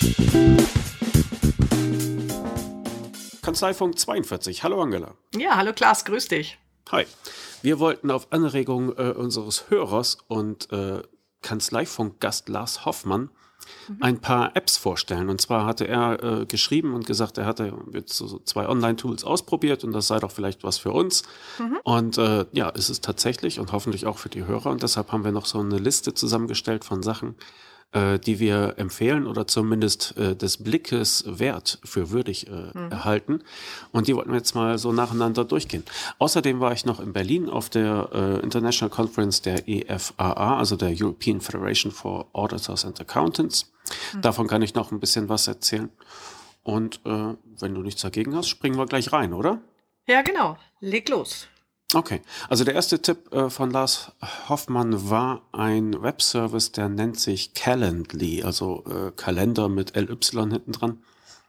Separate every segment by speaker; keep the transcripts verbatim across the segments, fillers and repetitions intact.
Speaker 1: Kanzleifunk zweiundvierzig. Hallo Angela.
Speaker 2: Ja, hallo Klaas, grüß dich.
Speaker 1: Hi. Wir wollten auf Anregung äh, unseres Hörers und äh, Kanzleifunk-Gast Lars Hoffmann mhm. ein paar Apps vorstellen. Und zwar hatte er äh, geschrieben und gesagt, er hatte jetzt so zwei Online-Tools ausprobiert und das sei doch vielleicht was für uns. Mhm. Und äh, ja, es ist tatsächlich und hoffentlich auch für die Hörer. Und deshalb haben wir noch so eine Liste zusammengestellt von Sachen, äh, die wir empfehlen oder zumindest äh, des Blickes wert für würdig äh, mhm. erhalten. Und die wollten wir jetzt mal so nacheinander durchgehen. Außerdem war ich noch in Berlin auf der äh, International Conference der E F A A, also der European Federation for Auditors and Accountants. Mhm. Davon kann ich noch ein bisschen was erzählen. Und äh, wenn du nichts dagegen hast, springen wir gleich rein, oder?
Speaker 2: Ja, genau. Leg los.
Speaker 1: Okay, also der erste Tipp äh, von Lars Hoffmann war ein Webservice, der nennt sich Calendly, also äh, Kalender mit L Y hinten dran.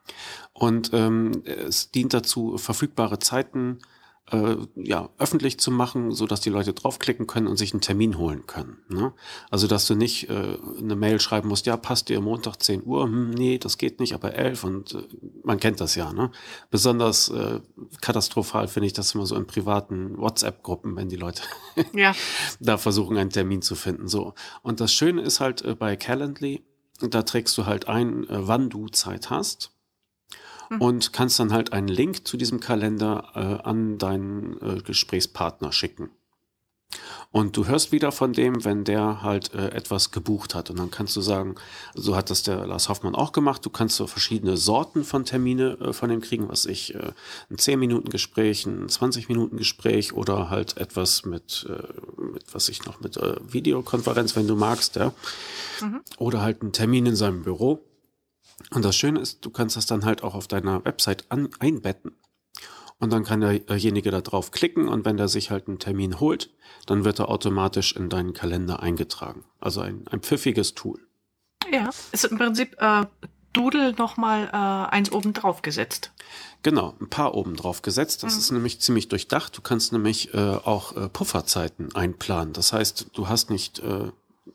Speaker 1: Und ähm, es dient dazu, verfügbare Zeiten äh, ja, öffentlich zu machen, so dass die Leute draufklicken können und sich einen Termin holen können. Ne? Also dass du nicht äh, eine Mail schreiben musst, ja, passt dir Montag zehn Uhr, hm, nee, das geht nicht, aber elf und äh, man kennt das ja. Ne? Besonders äh, katastrophal finde ich das immer so in privaten WhatsApp-Gruppen, wenn die Leute ja. da versuchen, einen Termin zu finden. So. Und das Schöne ist halt äh, bei Calendly, da trägst du halt ein, äh, wann du Zeit hast. Und kannst dann halt einen Link zu diesem Kalender äh, an deinen äh, Gesprächspartner schicken. Und du hörst wieder von dem, wenn der halt äh, etwas gebucht hat. Und dann kannst du sagen, so hat das der Lars Hoffmann auch gemacht, du kannst so verschiedene Sorten von Termine äh, von dem kriegen, was ich, äh, ein zehn-Minuten-Gespräch, ein zwanzig-Minuten-Gespräch oder halt etwas mit, äh, mit was ich noch, mit äh, Videokonferenz, wenn du magst, ja. Mhm. Oder halt einen Termin in seinem Büro. Und das Schöne ist, du kannst das dann halt auch auf deiner Website an, einbetten. Und dann kann derjenige da drauf klicken und wenn der sich halt einen Termin holt, dann wird er automatisch in deinen Kalender eingetragen. Also ein, ein pfiffiges Tool.
Speaker 2: Ja, ist im Prinzip äh, Doodle nochmal äh, eins oben drauf gesetzt.
Speaker 1: Genau, ein paar oben drauf gesetzt. Das mhm. ist nämlich ziemlich durchdacht. Du kannst nämlich äh, auch äh, Pufferzeiten einplanen. Das heißt, du hast nicht... Äh,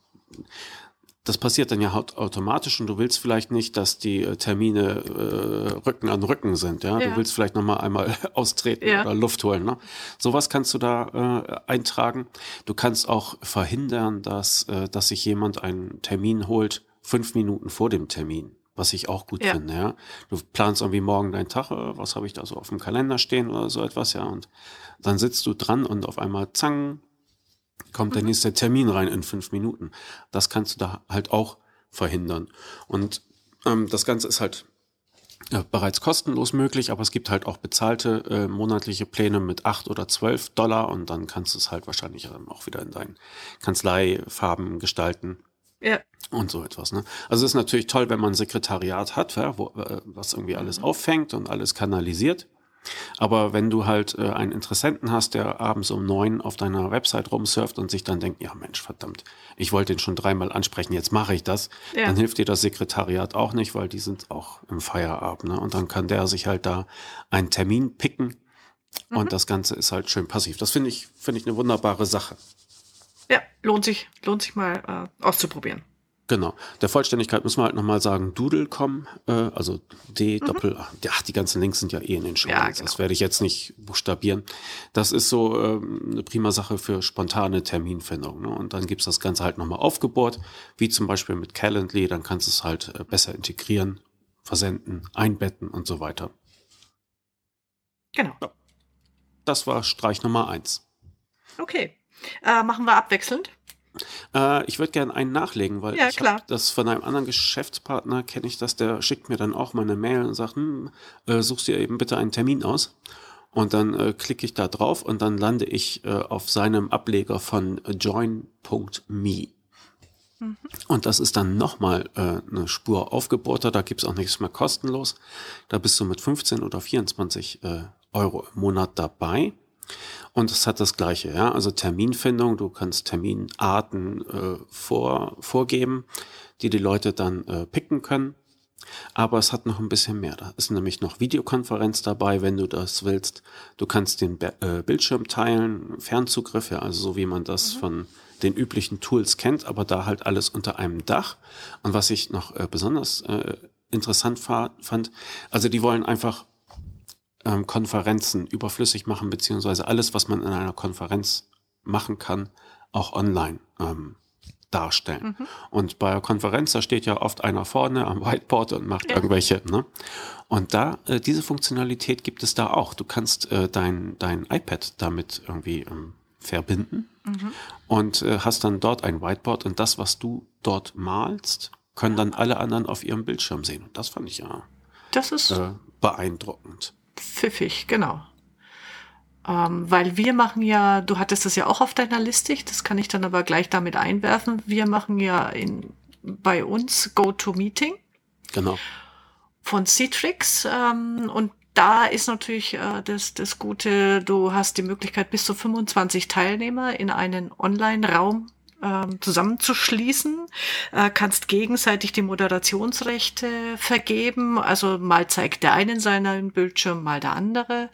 Speaker 1: Das passiert dann ja automatisch und du willst vielleicht nicht, dass die Termine äh, Rücken an Rücken sind. Ja? ja. Du willst vielleicht nochmal einmal austreten ja. oder Luft holen. Ne? Sowas kannst du da äh, eintragen. Du kannst auch verhindern, dass, äh, dass sich jemand einen Termin holt, fünf Minuten vor dem Termin. Was ich auch gut ja. finde. Ja? Du planst irgendwie morgen deinen Tag, äh, was habe ich da so auf dem Kalender stehen oder so etwas. Ja, und dann sitzt du dran und auf einmal zang, kommt der nächste Termin rein in fünf Minuten. Das kannst du da halt auch verhindern. Und ähm, das Ganze ist halt äh, bereits kostenlos möglich, aber es gibt halt auch bezahlte äh, monatliche Pläne mit acht oder zwölf Dollar und dann kannst du es halt wahrscheinlich ähm, auch wieder in deinen Kanzleifarben gestalten. Ja. Und so etwas. Ne? Also es ist natürlich toll, wenn man ein Sekretariat hat, ja, wo, äh, was irgendwie alles auffängt und alles kanalisiert. Aber wenn du halt äh, einen Interessenten hast, der abends um neun auf deiner Website rumsurft und sich dann denkt, ja Mensch, verdammt, ich wollte ihn schon dreimal ansprechen, jetzt mache ich das, ja. dann hilft dir das Sekretariat auch nicht, weil die sind auch im Feierabend. Ne? Und dann kann der sich halt da einen Termin picken mhm. und das Ganze ist halt schön passiv. Das finde ich, finde ich eine wunderbare Sache.
Speaker 2: Ja, lohnt sich, lohnt sich mal äh, auszuprobieren.
Speaker 1: Genau. Der Vollständigkeit müssen wir halt nochmal sagen, Doodle Punkt com, äh, also D, mhm. Doppel, ja, die ganzen Links sind ja eh in den Show. Ja, genau. Das werde ich jetzt nicht buchstabieren. Das ist so ähm, eine prima Sache für spontane Terminfindung. Ne? Und dann gibt's das Ganze halt nochmal aufgebohrt, wie zum Beispiel mit Calendly, dann kannst du es halt äh, besser integrieren, versenden, einbetten und so weiter.
Speaker 2: Genau.
Speaker 1: Ja. Das war Streich Nummer eins.
Speaker 2: Okay. Äh, machen wir abwechselnd?
Speaker 1: Äh, ich würde gerne einen nachlegen, weil
Speaker 2: ja,
Speaker 1: ich habe das von einem anderen Geschäftspartner, kenne ich das, der schickt mir dann auch mal eine Mail und sagt, hm, äh, suchst dir eben bitte einen Termin aus. Und dann äh, klicke ich da drauf und dann lande ich äh, auf seinem Ableger von join Punkt me. Mhm. Und das ist dann nochmal äh, eine Spur aufgebohrter, da gibt's auch nichts mehr kostenlos. Da bist du mit fünfzehn oder vierundzwanzig äh, Euro im Monat dabei. Und es hat das Gleiche, ja, also Terminfindung, du kannst Terminarten äh, vor, vorgeben, die die Leute dann äh, picken können. Aber es hat noch ein bisschen mehr. Da ist nämlich noch Videokonferenz dabei, wenn du das willst. Du kannst den Be- äh, Bildschirm teilen, Fernzugriff, ja, also so wie man das mhm. von den üblichen Tools kennt, aber da halt alles unter einem Dach. Und was ich noch äh, besonders äh, interessant fa- fand, also die wollen einfach ähm, Konferenzen überflüssig machen, beziehungsweise alles, was man in einer Konferenz machen kann, auch online ähm, darstellen. Mhm. Und bei einer Konferenz, da steht ja oft einer vorne am Whiteboard und macht ja. irgendwelche, ne? Und da, äh, diese Funktionalität gibt es da auch. Du kannst äh, dein, dein iPad damit irgendwie ähm, verbinden mhm. und äh, hast dann dort ein Whiteboard und das, was du dort malst, können dann alle anderen auf ihrem Bildschirm sehen. Und das fand ich ja
Speaker 2: das ist
Speaker 1: äh, beeindruckend.
Speaker 2: Pfiffig, genau. Ähm, weil wir machen ja, du hattest das ja auch auf deiner Liste, das kann ich dann aber gleich damit einwerfen. Wir machen ja in, bei uns GoToMeeting.
Speaker 1: Genau.
Speaker 2: Von Citrix ähm, und da ist natürlich äh, das, das Gute, du hast die Möglichkeit, bis zu fünfundzwanzig Teilnehmer in einen Online-Raum ähm, zusammenzuschließen, äh, kannst gegenseitig die Moderationsrechte vergeben, also mal zeigt der einen seinen Bildschirm, mal der andere.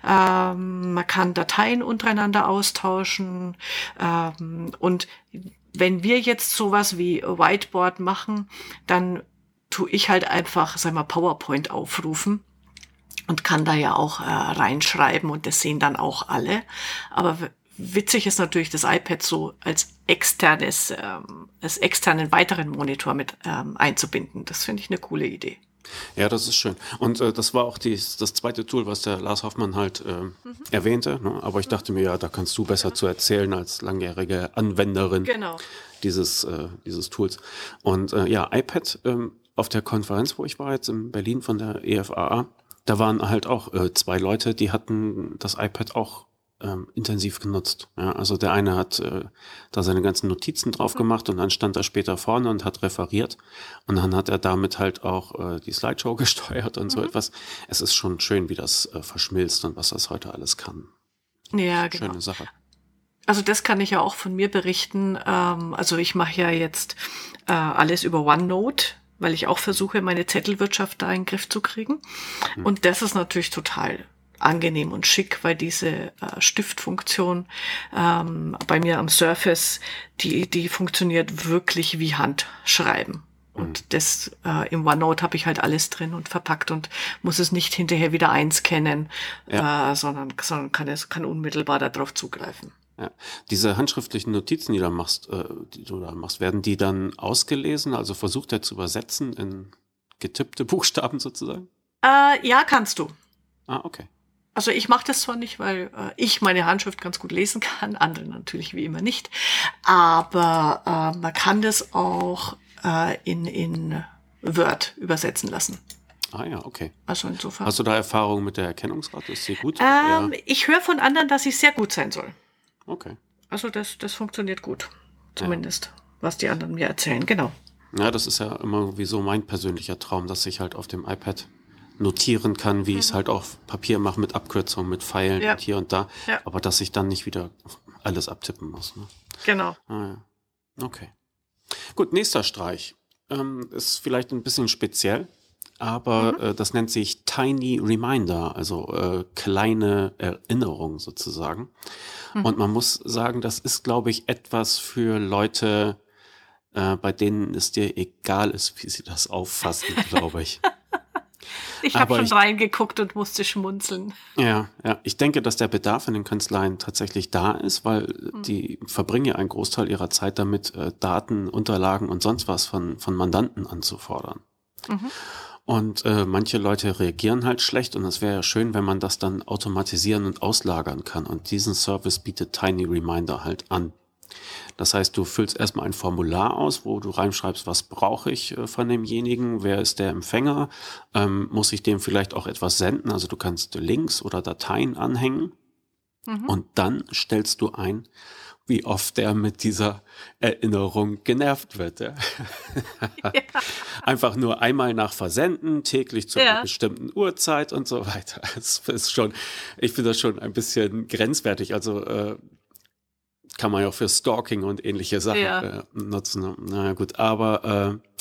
Speaker 2: Ähm, man kann Dateien untereinander austauschen ähm, und wenn wir jetzt sowas wie Whiteboard machen, dann tue ich halt einfach, sag mal, PowerPoint aufrufen und kann da ja auch äh, reinschreiben und das sehen dann auch alle. Aber w- witzig ist natürlich, das iPad so als externes, ähm, als externen weiteren Monitor mit ähm, einzubinden. Das finde ich eine coole Idee.
Speaker 1: Ja, das ist schön. Und äh, das war auch die, das zweite Tool, was der Lars Hoffmann halt äh, mhm. erwähnte. Ne? Aber ich dachte mir, ja, da kannst du besser ja. zu erzählen als langjährige Anwenderin
Speaker 2: genau.
Speaker 1: dieses, äh, dieses Tools. Und äh, ja, iPad, ähm, auf der Konferenz, wo ich war jetzt in Berlin von der E F A A, da waren halt auch äh, zwei Leute, die hatten das iPad auch ähm, intensiv genutzt. Ja, also der eine hat äh, da seine ganzen Notizen drauf gemacht und dann stand er später vorne und hat referiert und dann hat er damit halt auch äh, die Slideshow gesteuert und mhm. so etwas. Es ist schon schön, wie das äh, verschmilzt und was das heute alles kann.
Speaker 2: Ja, genau.
Speaker 1: Schöne Sache.
Speaker 2: Also das kann ich ja auch von mir berichten. Ähm, also ich mache ja jetzt äh, alles über OneNote, weil ich auch versuche, meine Zettelwirtschaft da in den Griff zu kriegen. Mhm. Und das ist natürlich total angenehm und schick, weil diese äh, Stiftfunktion ähm, bei mir am Surface, die, die funktioniert wirklich wie Handschreiben. Mhm. Und das äh, im OneNote habe ich halt alles drin und verpackt und muss es nicht hinterher wieder einscannen, ja. äh, sondern, sondern kann es kann unmittelbar darauf zugreifen.
Speaker 1: Ja. Diese handschriftlichen Notizen, die du da machst, äh, die du da machst, werden die dann ausgelesen? Also versucht er zu übersetzen in getippte Buchstaben sozusagen?
Speaker 2: Äh, ja, kannst du.
Speaker 1: Ah, okay.
Speaker 2: Also ich mache das zwar nicht, weil äh, ich meine Handschrift ganz gut lesen kann, andere natürlich wie immer nicht, aber äh, man kann das auch äh, in, in Word übersetzen lassen.
Speaker 1: Ah ja, okay.
Speaker 2: Also insofern.
Speaker 1: Hast du da Erfahrung mit der Erkennungsrate? Ist sie gut?
Speaker 2: Ähm,
Speaker 1: ja.
Speaker 2: Ich höre von anderen, dass sie sehr gut sein soll.
Speaker 1: Okay.
Speaker 2: Also das, das funktioniert gut. Zumindest, ja. was die anderen mir erzählen, genau.
Speaker 1: Ja, das ist ja immer sowieso mein persönlicher Traum, dass ich halt auf dem iPad notieren kann, wie mhm. ich es halt auf Papier mache, mit Abkürzungen, mit Pfeilen ja. und hier und da. Ja. Aber dass ich dann nicht wieder alles abtippen muss. Ne?
Speaker 2: Genau.
Speaker 1: Ah, ja. Okay. Gut, nächster Streich. Ähm, ist vielleicht ein bisschen speziell, aber mhm. äh, das nennt sich Tiny Reminder, also äh, kleine Erinnerung sozusagen. Mhm. Und man muss sagen, das ist, glaube ich, etwas für Leute, äh, bei denen es dir egal ist, wie sie das auffassen, glaube ich.
Speaker 2: Ich habe schon ich, reingeguckt und musste schmunzeln.
Speaker 1: Ja, ja, ich denke, dass der Bedarf in den Kanzleien tatsächlich da ist, weil mhm. die verbringen ja einen Großteil ihrer Zeit damit, äh, Daten, Unterlagen und sonst was von, von Mandanten anzufordern. Mhm. Und äh, manche Leute reagieren halt schlecht und es wäre ja schön, wenn man das dann automatisieren und auslagern kann. Und diesen Service bietet Tiny Reminder halt an. Das heißt, du füllst erstmal ein Formular aus, wo du reinschreibst, was brauche ich äh, von demjenigen, wer ist der Empfänger, ähm, muss ich dem vielleicht auch etwas senden, also du kannst Links oder Dateien anhängen mhm. und dann stellst du ein, wie oft der mit dieser Erinnerung genervt wird. Ja. Ja. Einfach nur einmal nach Versenden, täglich zu einer ja. bestimmten Uhrzeit und so weiter. Das ist schon, ich finde das schon ein bisschen grenzwertig, also äh, kann man ja auch für Stalking und ähnliche Sachen ja. äh, nutzen. Naja gut, aber äh,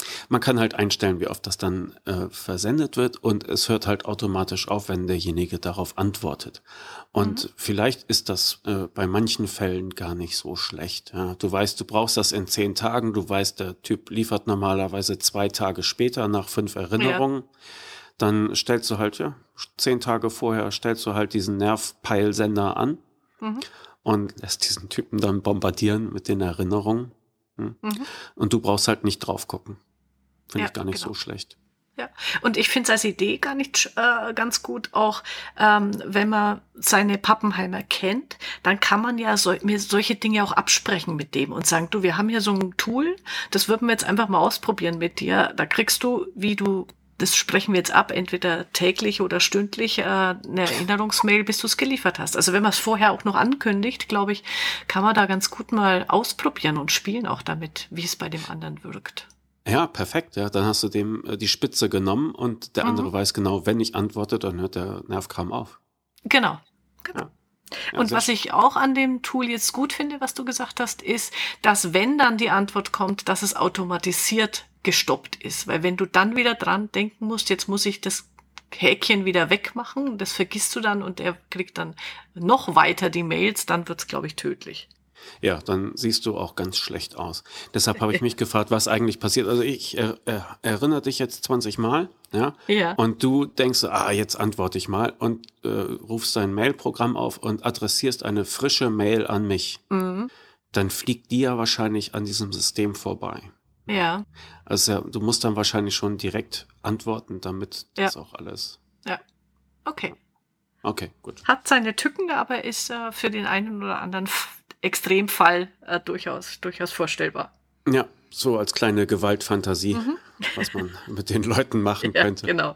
Speaker 1: Man kann halt einstellen, wie oft das dann äh, versendet wird und es hört halt automatisch auf, wenn derjenige darauf antwortet. Und
Speaker 2: Mhm.
Speaker 1: vielleicht ist das äh, bei manchen Fällen gar nicht so schlecht. Ja. Du weißt, du brauchst das in zehn Tagen, du weißt, der Typ liefert normalerweise zwei Tage später nach fünf Erinnerungen. Ja. Dann stellst du halt, ja, zehn Tage vorher stellst du halt diesen Nervpeilsender an mhm. und lässt diesen Typen dann bombardieren mit den Erinnerungen. Hm. Mhm. Und du brauchst halt nicht drauf gucken. Finde ja, ich gar nicht genau. so schlecht.
Speaker 2: Ja, und ich finde es als Idee gar nicht äh, ganz gut, auch ähm, wenn man seine Pappenheimer kennt, dann kann man ja so, mir solche Dinge auch absprechen mit dem und sagen, du, wir haben hier so ein Tool, das würden wir jetzt einfach mal ausprobieren mit dir. Da kriegst du, wie du, das sprechen wir jetzt ab, entweder täglich oder stündlich äh, eine Erinnerungsmail, bis du es geliefert hast. Also wenn man es vorher auch noch ankündigt, glaube ich, kann man da ganz gut mal ausprobieren und spielen auch damit, wie es bei dem anderen wirkt.
Speaker 1: Ja, perfekt. Ja, dann hast du dem äh, die Spitze genommen und der mhm. andere weiß genau, wenn ich antworte, dann hört der Nervkram auf.
Speaker 2: Genau. genau. Ja. Ja, und was ich auch an dem Tool jetzt gut finde, was du gesagt hast, ist, dass wenn dann die Antwort kommt, dass es automatisiert gestoppt ist. Weil wenn du dann wieder dran denken musst, jetzt muss ich das Häkchen wieder wegmachen, das vergisst du dann und er kriegt dann noch weiter die Mails, dann wird's, glaube ich, tödlich.
Speaker 1: Ja, dann siehst du auch ganz schlecht aus. Deshalb habe ich mich gefragt, was eigentlich passiert. Also ich er, er, erinnere dich jetzt zwanzig Mal, ja? ja, und du denkst, ah, jetzt antworte ich mal und äh, rufst dein Mailprogramm auf und adressierst eine frische Mail an mich. Mhm. Dann fliegt die ja wahrscheinlich an diesem System vorbei.
Speaker 2: Ja.
Speaker 1: Also ja, du musst dann wahrscheinlich schon direkt antworten, damit ja. das auch alles...
Speaker 2: Ja, okay.
Speaker 1: Okay, gut.
Speaker 2: Hat seine Tücken, aber ist äh, für den einen oder anderen Extremfall äh, durchaus, durchaus vorstellbar.
Speaker 1: Ja, so als kleine Gewaltfantasie, mhm. was man mit den Leuten machen
Speaker 2: ja,
Speaker 1: könnte.
Speaker 2: Genau.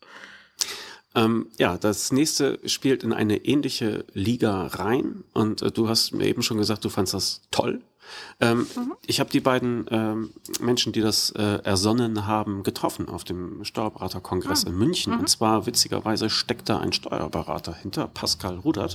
Speaker 1: Ähm, ja, das nächste spielt in eine ähnliche Liga rein und äh, du hast mir eben schon gesagt, du fandst das toll. Ähm, mhm. Ich habe die beiden ähm, Menschen, die das äh, ersonnen haben, getroffen auf dem Steuerberaterkongress mhm. in München. Mhm. Und zwar witzigerweise steckt da ein Steuerberater hinter, Pascal Rudert.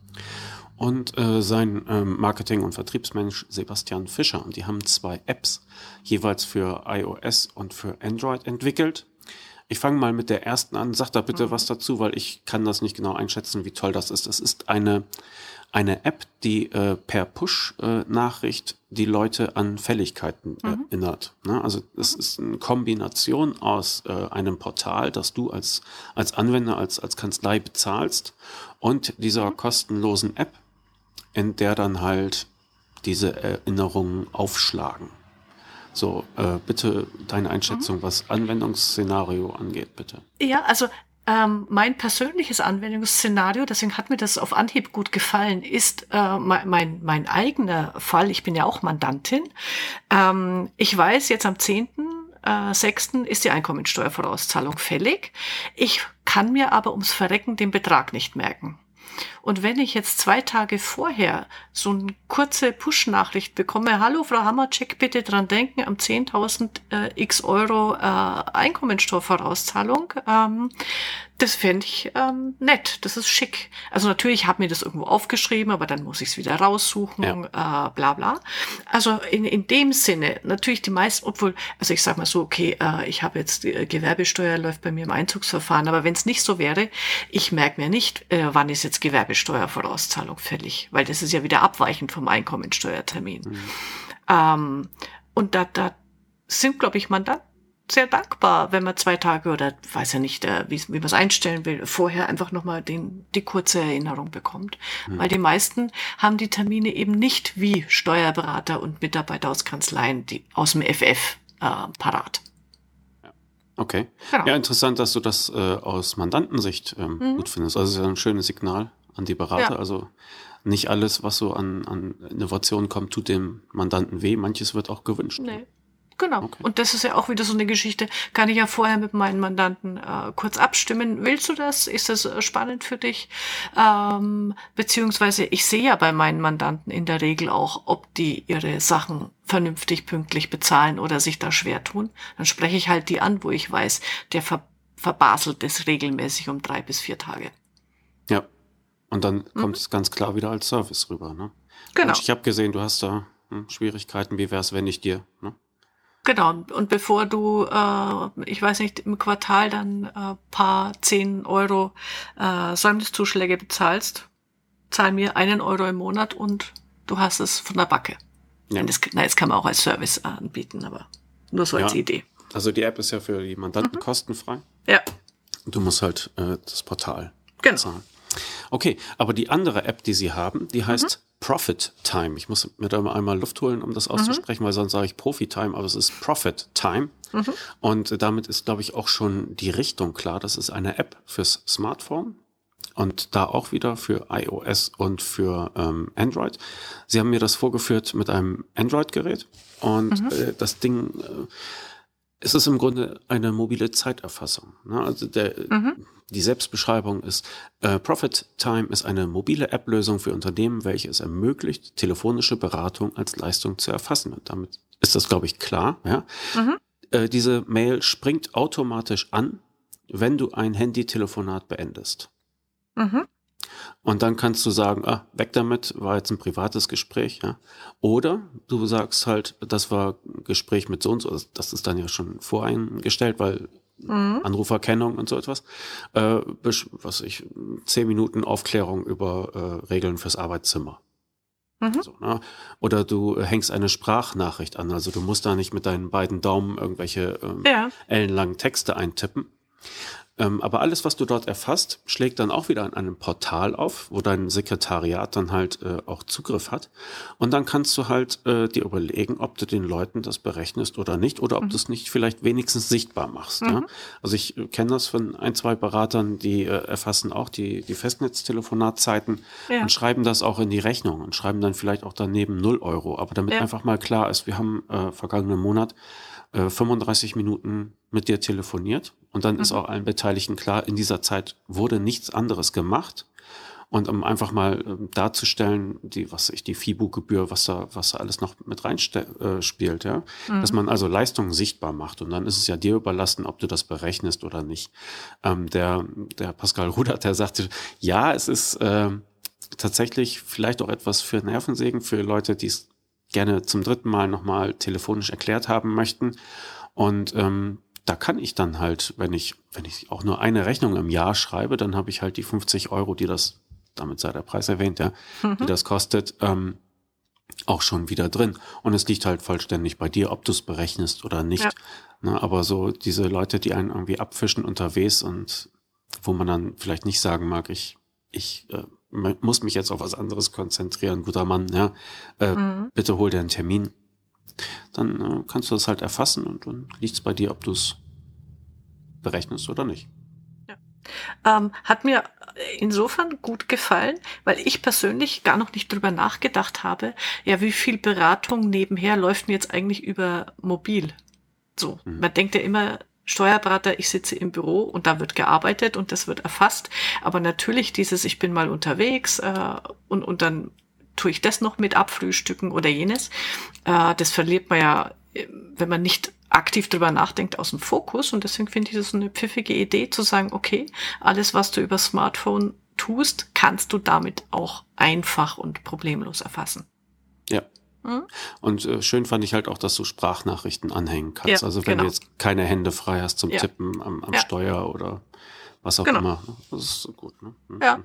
Speaker 1: Und äh, sein ähm, Marketing- und Vertriebsmensch Sebastian Fischer. Und die haben zwei Apps, jeweils für iOS und für Android entwickelt. Ich fange mal mit der ersten an. Sag da bitte mhm. was dazu, weil ich kann das nicht genau einschätzen, wie toll das ist. Es ist eine, eine App, die äh, per Push-Nachricht äh, die Leute an Fälligkeiten mhm. erinnert. Ne? Also es mhm. ist eine Kombination aus äh, einem Portal, das du als, als Anwender, als, als Kanzlei bezahlst und dieser mhm. kostenlosen App, in der dann halt diese Erinnerungen aufschlagen. So, äh, bitte deine Einschätzung, mhm. was Anwendungsszenario angeht, bitte.
Speaker 2: Ja, also ähm, mein persönliches Anwendungsszenario, deswegen hat mir das auf Anhieb gut gefallen, ist äh, mein, mein, mein eigener Fall. Ich bin ja auch Mandantin. Ähm, ich weiß, jetzt am zehnten sechsten ist die Einkommensteuervorauszahlung fällig. Ich kann mir aber ums Verrecken den Betrag nicht merken. Und wenn ich jetzt zwei Tage vorher so eine kurze Push-Nachricht bekomme, hallo Frau Hammercheck, bitte dran denken, am zehntausend äh, x Euro äh, Einkommensteuervorauszahlung, ähm, das fände ich ähm, nett, das ist schick. Also natürlich habe mir das irgendwo aufgeschrieben, aber dann muss ich es wieder raussuchen, ja. äh, bla bla. Also in, in dem Sinne, natürlich die meisten, obwohl, also ich sag mal so, okay, äh, ich habe jetzt, die äh, Gewerbesteuer läuft bei mir im Einzugsverfahren, aber wenn es nicht so wäre, ich merke mir nicht, äh, wann ist jetzt Gewerbesteuervorauszahlung fällig, weil das ist ja wieder abweichend vom Einkommensteuertermin. Mhm. Ähm, und da, da sind, glaube ich, Mandanten sehr dankbar, wenn man zwei Tage oder weiß ja nicht, äh, wie, wie man es einstellen will, vorher einfach nochmal den, die kurze Erinnerung bekommt. Mhm. Weil die meisten haben die Termine eben nicht wie Steuerberater und Mitarbeiter aus Kanzleien, die aus dem F F äh, parat.
Speaker 1: Okay. Genau. Ja, interessant, dass du das äh, aus Mandantensicht ähm, mhm. gut findest. Also es ist ja ein schönes Signal an die Berater. Ja. Also nicht alles, was so an, an Innovationen kommt, tut dem Mandanten weh. Manches wird auch gewünscht.
Speaker 2: Nee. Genau. Okay. Und das ist ja auch wieder so eine Geschichte, kann ich ja vorher mit meinen Mandanten äh, kurz abstimmen. Willst du das? Ist das äh, spannend für dich? Ähm, beziehungsweise ich sehe ja bei meinen Mandanten in der Regel auch, ob die ihre Sachen vernünftig, pünktlich bezahlen oder sich da schwer tun. Dann spreche ich halt die an, wo ich weiß, der ver verbaselt es regelmäßig um drei bis vier Tage.
Speaker 1: Ja. Und dann mhm. kommt es ganz klar wieder als Service rüber, ne?
Speaker 2: Genau.
Speaker 1: Und ich habe gesehen, du hast da hm, Schwierigkeiten. Wie wäre es, wenn ich dir, ne?
Speaker 2: Genau, und bevor du, äh, ich weiß nicht, im Quartal dann äh, paar zehn Euro äh, Säumniszuschläge bezahlst, zahl mir einen Euro im Monat und du hast es von der Backe.
Speaker 1: Ja.
Speaker 2: Das, na, das kann man auch als Service anbieten, aber nur so als
Speaker 1: Ja.
Speaker 2: Idee.
Speaker 1: Also die App ist ja für die Mandanten
Speaker 2: Mhm.
Speaker 1: kostenfrei.
Speaker 2: Ja,
Speaker 1: Du musst halt äh, das Portal
Speaker 2: genau.
Speaker 1: zahlen. Okay, aber die andere App, die sie haben, die heißt Profit Time. Ich muss mir da mal einmal Luft holen, um das auszusprechen, weil sonst sage ich Profi Time, aber es ist Profit Time.
Speaker 2: Mhm.
Speaker 1: Und damit ist, glaube ich, auch schon die Richtung klar. Das ist eine App fürs Smartphone und da auch wieder für iOS und für ähm, Android. Sie haben mir das vorgeführt mit einem Android-Gerät und
Speaker 2: Mhm.
Speaker 1: äh, das Ding, äh, es ist im Grunde eine mobile Zeiterfassung. Ne? Also der,
Speaker 2: Mhm.
Speaker 1: die Selbstbeschreibung ist, äh, Profit Time ist eine mobile App-Lösung für Unternehmen, welche es ermöglicht, telefonische Beratung als Leistung zu erfassen. Und damit ist das, glaube ich, klar. Ja?
Speaker 2: Mhm.
Speaker 1: Äh, diese Mail springt automatisch an, wenn du ein Handy-Telefonat beendest.
Speaker 2: Mhm.
Speaker 1: Und dann kannst du sagen, ah, weg damit, war jetzt ein privates Gespräch, ja. Oder du sagst halt, das war ein Gespräch mit so und so, das ist dann ja schon voreingestellt, weil
Speaker 2: Mhm.
Speaker 1: Anruferkennung und so etwas. Äh, besch- was ich, zehn Minuten Aufklärung über äh, Regeln fürs Arbeitszimmer.
Speaker 2: Mhm.
Speaker 1: So, ne? Oder du hängst eine Sprachnachricht an, also du musst da nicht mit deinen beiden Daumen irgendwelche ähm,
Speaker 2: Ja.
Speaker 1: ellenlangen Texte eintippen. Ähm, aber alles, was du dort erfasst, schlägt dann auch wieder in einem Portal auf, wo dein Sekretariat dann halt äh, auch Zugriff hat. Und dann kannst du halt äh, dir überlegen, ob du den Leuten das berechnest oder nicht, oder ob
Speaker 2: Mhm.
Speaker 1: du es nicht vielleicht wenigstens sichtbar machst.
Speaker 2: Mhm.
Speaker 1: Ja? Also ich äh, kenne das von ein, zwei Beratern, die äh, erfassen auch die, die Festnetztelefonatzeiten
Speaker 2: Ja.
Speaker 1: und schreiben das auch in die Rechnung und schreiben dann vielleicht auch daneben null Euro. Aber damit
Speaker 2: Ja.
Speaker 1: einfach mal klar ist, wir haben äh, vergangenen Monat äh, fünfunddreißig Minuten mit dir telefoniert und dann ist
Speaker 2: Mhm.
Speaker 1: auch allen Beteiligten klar, in dieser Zeit wurde nichts anderes gemacht. Und um einfach mal ähm, darzustellen, die, was ich, die FIBU-Gebühr, was da, was da alles noch mit rein äh, spielt, ja,
Speaker 2: Mhm.
Speaker 1: dass man also Leistungen sichtbar macht. Und dann ist es ja dir überlassen, ob du das berechnest oder nicht. Ähm, der, der Pascal Rudert, der sagte, ja, es ist äh, tatsächlich vielleicht auch etwas für Nervensägen, für Leute, die es gerne zum dritten Mal nochmal telefonisch erklärt haben möchten. Und ähm, da kann ich dann halt, wenn ich, wenn ich auch nur eine Rechnung im Jahr schreibe, dann habe ich halt die fünfzig Euro, die das, damit sei der Preis erwähnt, ja,
Speaker 2: Mhm.
Speaker 1: die das kostet, ähm, auch schon wieder drin. Und es liegt halt vollständig bei dir, ob du es berechnest oder nicht.
Speaker 2: Ja.
Speaker 1: Ne, aber so diese Leute, die einen irgendwie abfischen unterwegs und wo man dann vielleicht nicht sagen mag, ich, ich äh, muss mich jetzt auf was anderes konzentrieren, guter Mann, ja, äh,
Speaker 2: Mhm.
Speaker 1: bitte hol dir einen Termin. Dann äh, kannst du das halt erfassen und dann liegt es bei dir, ob du es berechnest oder nicht.
Speaker 2: Ähm, hat mir insofern gut gefallen, weil ich persönlich gar noch nicht drüber nachgedacht habe, ja, wie viel Beratung nebenher läuft mir jetzt eigentlich über mobil. So,
Speaker 1: Mhm.
Speaker 2: man denkt ja immer, Steuerberater, ich sitze im Büro und da wird gearbeitet und das wird erfasst. Aber natürlich dieses, ich bin mal unterwegs äh, und, und dann tue ich das noch mit abfrühstücken oder jenes. Äh, das verliert man ja, äh, wenn man nicht aktiv drüber nachdenkt, aus dem Fokus. Und deswegen finde ich das eine pfiffige Idee, zu sagen, okay, alles, was du über Smartphone tust, kannst du damit auch einfach und problemlos erfassen.
Speaker 1: Ja.
Speaker 2: Hm?
Speaker 1: Und äh, schön fand ich halt auch, dass du Sprachnachrichten anhängen kannst.
Speaker 2: Ja,
Speaker 1: Also wenn
Speaker 2: genau.
Speaker 1: du jetzt keine Hände frei hast zum
Speaker 2: Ja.
Speaker 1: Tippen am, am
Speaker 2: Ja.
Speaker 1: Steuer oder was auch
Speaker 2: Genau.
Speaker 1: immer. Das ist so gut. Ne? Mhm.
Speaker 2: Ja.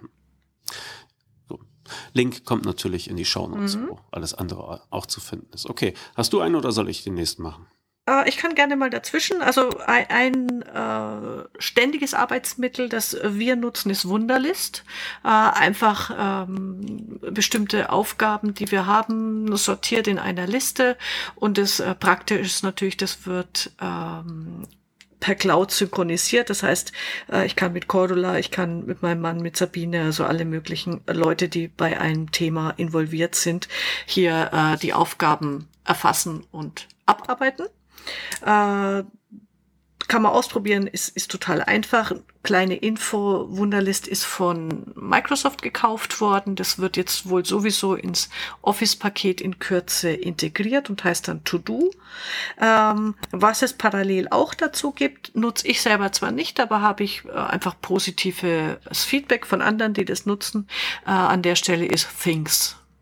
Speaker 1: So. Link kommt natürlich in die Shownotes,
Speaker 2: Mhm.
Speaker 1: wo alles andere auch zu finden ist. Okay, hast du einen oder soll ich den nächsten machen?
Speaker 2: Äh, Ich kann gerne mal dazwischen. Also ein, ein äh, ständiges Arbeitsmittel, das wir nutzen, ist Wunderlist. Äh, einfach ähm, bestimmte Aufgaben, die wir haben, sortiert in einer Liste. Und das äh, Praktische ist natürlich, das wird ähm, per Cloud synchronisiert. Das heißt, äh, ich kann mit Cordula, ich kann mit meinem Mann, mit Sabine, also alle möglichen Leute, die bei einem Thema involviert sind, hier äh, die Aufgaben erfassen und abarbeiten. Äh, kann man ausprobieren, ist, ist total einfach. Kleine Info, Wunderlist ist von Microsoft gekauft worden. Das wird jetzt wohl sowieso ins Office-Paket in Kürze integriert und heißt dann To-Do. Ähm, was es parallel auch dazu gibt, nutze ich selber zwar nicht, aber habe ich äh, einfach positives Feedback von anderen, die das nutzen. Äh, an der Stelle ist Things.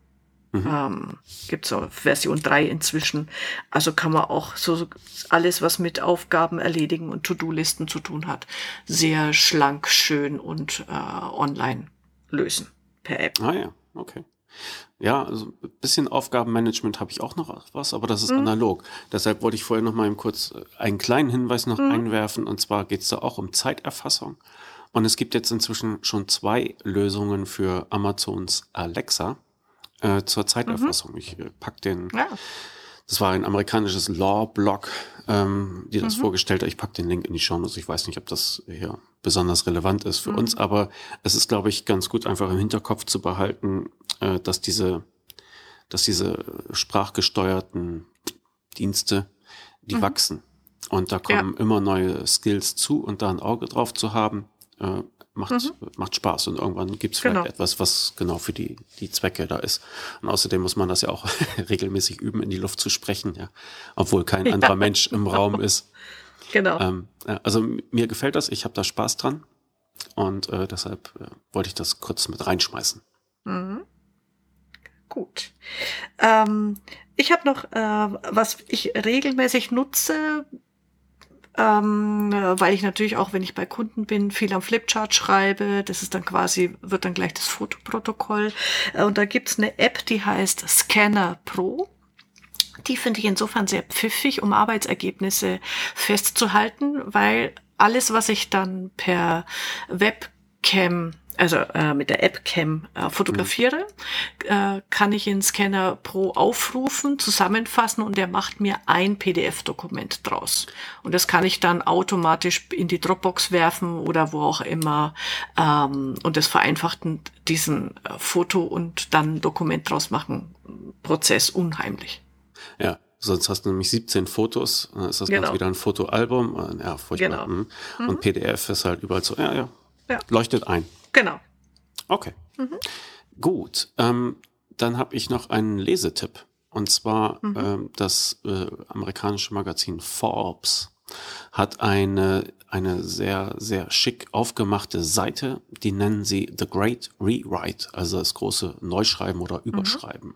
Speaker 1: Mhm.
Speaker 2: Ähm, gibt es auch Version drei inzwischen. Also kann man auch so alles, was mit Aufgaben erledigen und To-Do-Listen zu tun hat, sehr schlank, schön und äh, online lösen per App.
Speaker 1: Ah ja, okay. Ja, also ein bisschen Aufgabenmanagement habe ich auch noch was, aber das ist
Speaker 2: Mhm.
Speaker 1: analog. Deshalb wollte ich vorher noch mal eben kurz einen kleinen Hinweis noch
Speaker 2: Mhm.
Speaker 1: einwerfen. Und zwar geht es da auch um Zeiterfassung. Und es gibt jetzt inzwischen schon zwei Lösungen für Amazons Alexa äh, zur Zeiterfassung. Ich äh, pack den,
Speaker 2: Ja.
Speaker 1: das war ein amerikanisches Law-Blog, ähm, die das
Speaker 2: Mhm.
Speaker 1: vorgestellt hat. Ich pack den Link in die Shownotes. Ich weiß nicht, ob das hier besonders relevant ist für
Speaker 2: Mhm.
Speaker 1: uns, aber es ist, glaube ich, ganz gut einfach im Hinterkopf zu behalten, äh, dass diese, dass diese sprachgesteuerten Dienste, die
Speaker 2: Mhm.
Speaker 1: wachsen. Und da kommen immer neue Skills zu, und da ein Auge drauf zu haben, äh, macht,
Speaker 2: Mhm.
Speaker 1: macht Spaß. Und irgendwann gibt es vielleicht
Speaker 2: Genau.
Speaker 1: etwas, was genau für die, die Zwecke da ist. Und außerdem muss man das ja auch regelmäßig üben, in die Luft zu sprechen, ja. Obwohl kein
Speaker 2: Ja.
Speaker 1: anderer Mensch im Raum ist.
Speaker 2: Genau.
Speaker 1: Ähm, ja, also m- mir gefällt das, ich habe da Spaß dran. Und äh, deshalb äh, wollte ich das kurz mit reinschmeißen.
Speaker 2: Mhm. Gut. Ähm, ich habe noch, äh, was ich regelmäßig nutze, ähm, äh, weil ich natürlich auch, wenn ich bei Kunden bin, viel am Flipchart schreibe. Das ist dann quasi, wird dann gleich das Fotoprotokoll. Äh, und da gibt's eine App, die heißt Scanner Pro. Die finde ich insofern sehr pfiffig, um Arbeitsergebnisse festzuhalten, weil alles, was ich dann per Webcam, also äh, mit der App-Cam äh, fotografiere, äh, kann ich in Scanner Pro aufrufen, zusammenfassen, und der macht mir ein P D F-Dokument draus. Und das kann ich dann automatisch in die Dropbox werfen oder wo auch immer. Ähm, und das vereinfacht diesen äh, Foto- und dann Dokument draus machen Prozess unheimlich.
Speaker 1: Ja, sonst hast du nämlich siebzehn Fotos, dann ist das
Speaker 2: Genau.
Speaker 1: Ganze wieder ein Fotoalbum. äh, Ja, furchtbar.
Speaker 2: Genau.
Speaker 1: Mhm.
Speaker 2: Mhm.
Speaker 1: Und P D F ist halt überall so, ja, ja,
Speaker 2: Ja.
Speaker 1: leuchtet ein.
Speaker 2: Genau.
Speaker 1: Okay,
Speaker 2: Mhm.
Speaker 1: gut. Ähm, dann habe ich noch einen Lesetipp. Und zwar
Speaker 2: Mhm.
Speaker 1: ähm, das äh, amerikanische Magazin Forbes hat eine, eine sehr, sehr schick aufgemachte Seite, die nennen sie The Great Rewrite, also das große Neuschreiben oder Überschreiben.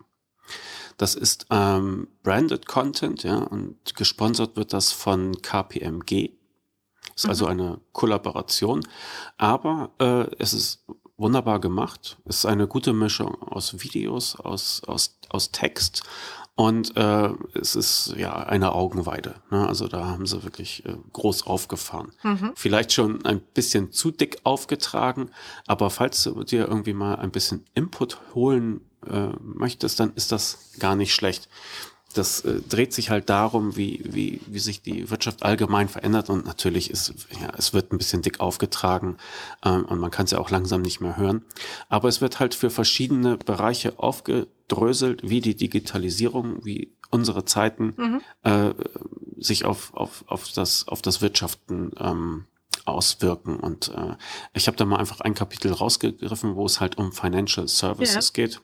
Speaker 1: Das ist ähm, Branded Content, ja, und gesponsert wird das von K P M G. Ist
Speaker 2: Mhm.
Speaker 1: also eine Kollaboration, aber äh, es ist wunderbar gemacht. Es ist eine gute Mischung aus Videos, aus, aus, aus Text, und äh, es ist ja eine Augenweide. Ne? Also da haben sie wirklich äh, groß aufgefahren.
Speaker 2: Mhm.
Speaker 1: Vielleicht schon ein bisschen zu dick aufgetragen, aber falls du dir irgendwie mal ein bisschen Input holen äh, möchtest, dann ist das gar nicht schlecht. Das äh, dreht sich halt darum, wie, wie, wie sich die Wirtschaft allgemein verändert, und natürlich ist, ja, es wird ein bisschen dick aufgetragen, ähm, und man kann es ja auch langsam nicht mehr hören. Aber es wird halt für verschiedene Bereiche aufgedröselt, wie die Digitalisierung, wie unsere Zeiten
Speaker 2: Mhm.
Speaker 1: äh, sich auf, auf, auf, das, auf das Wirtschaften ähm, auswirken. Und äh, ich habe da mal einfach ein Kapitel rausgegriffen, wo es halt um Financial Services geht.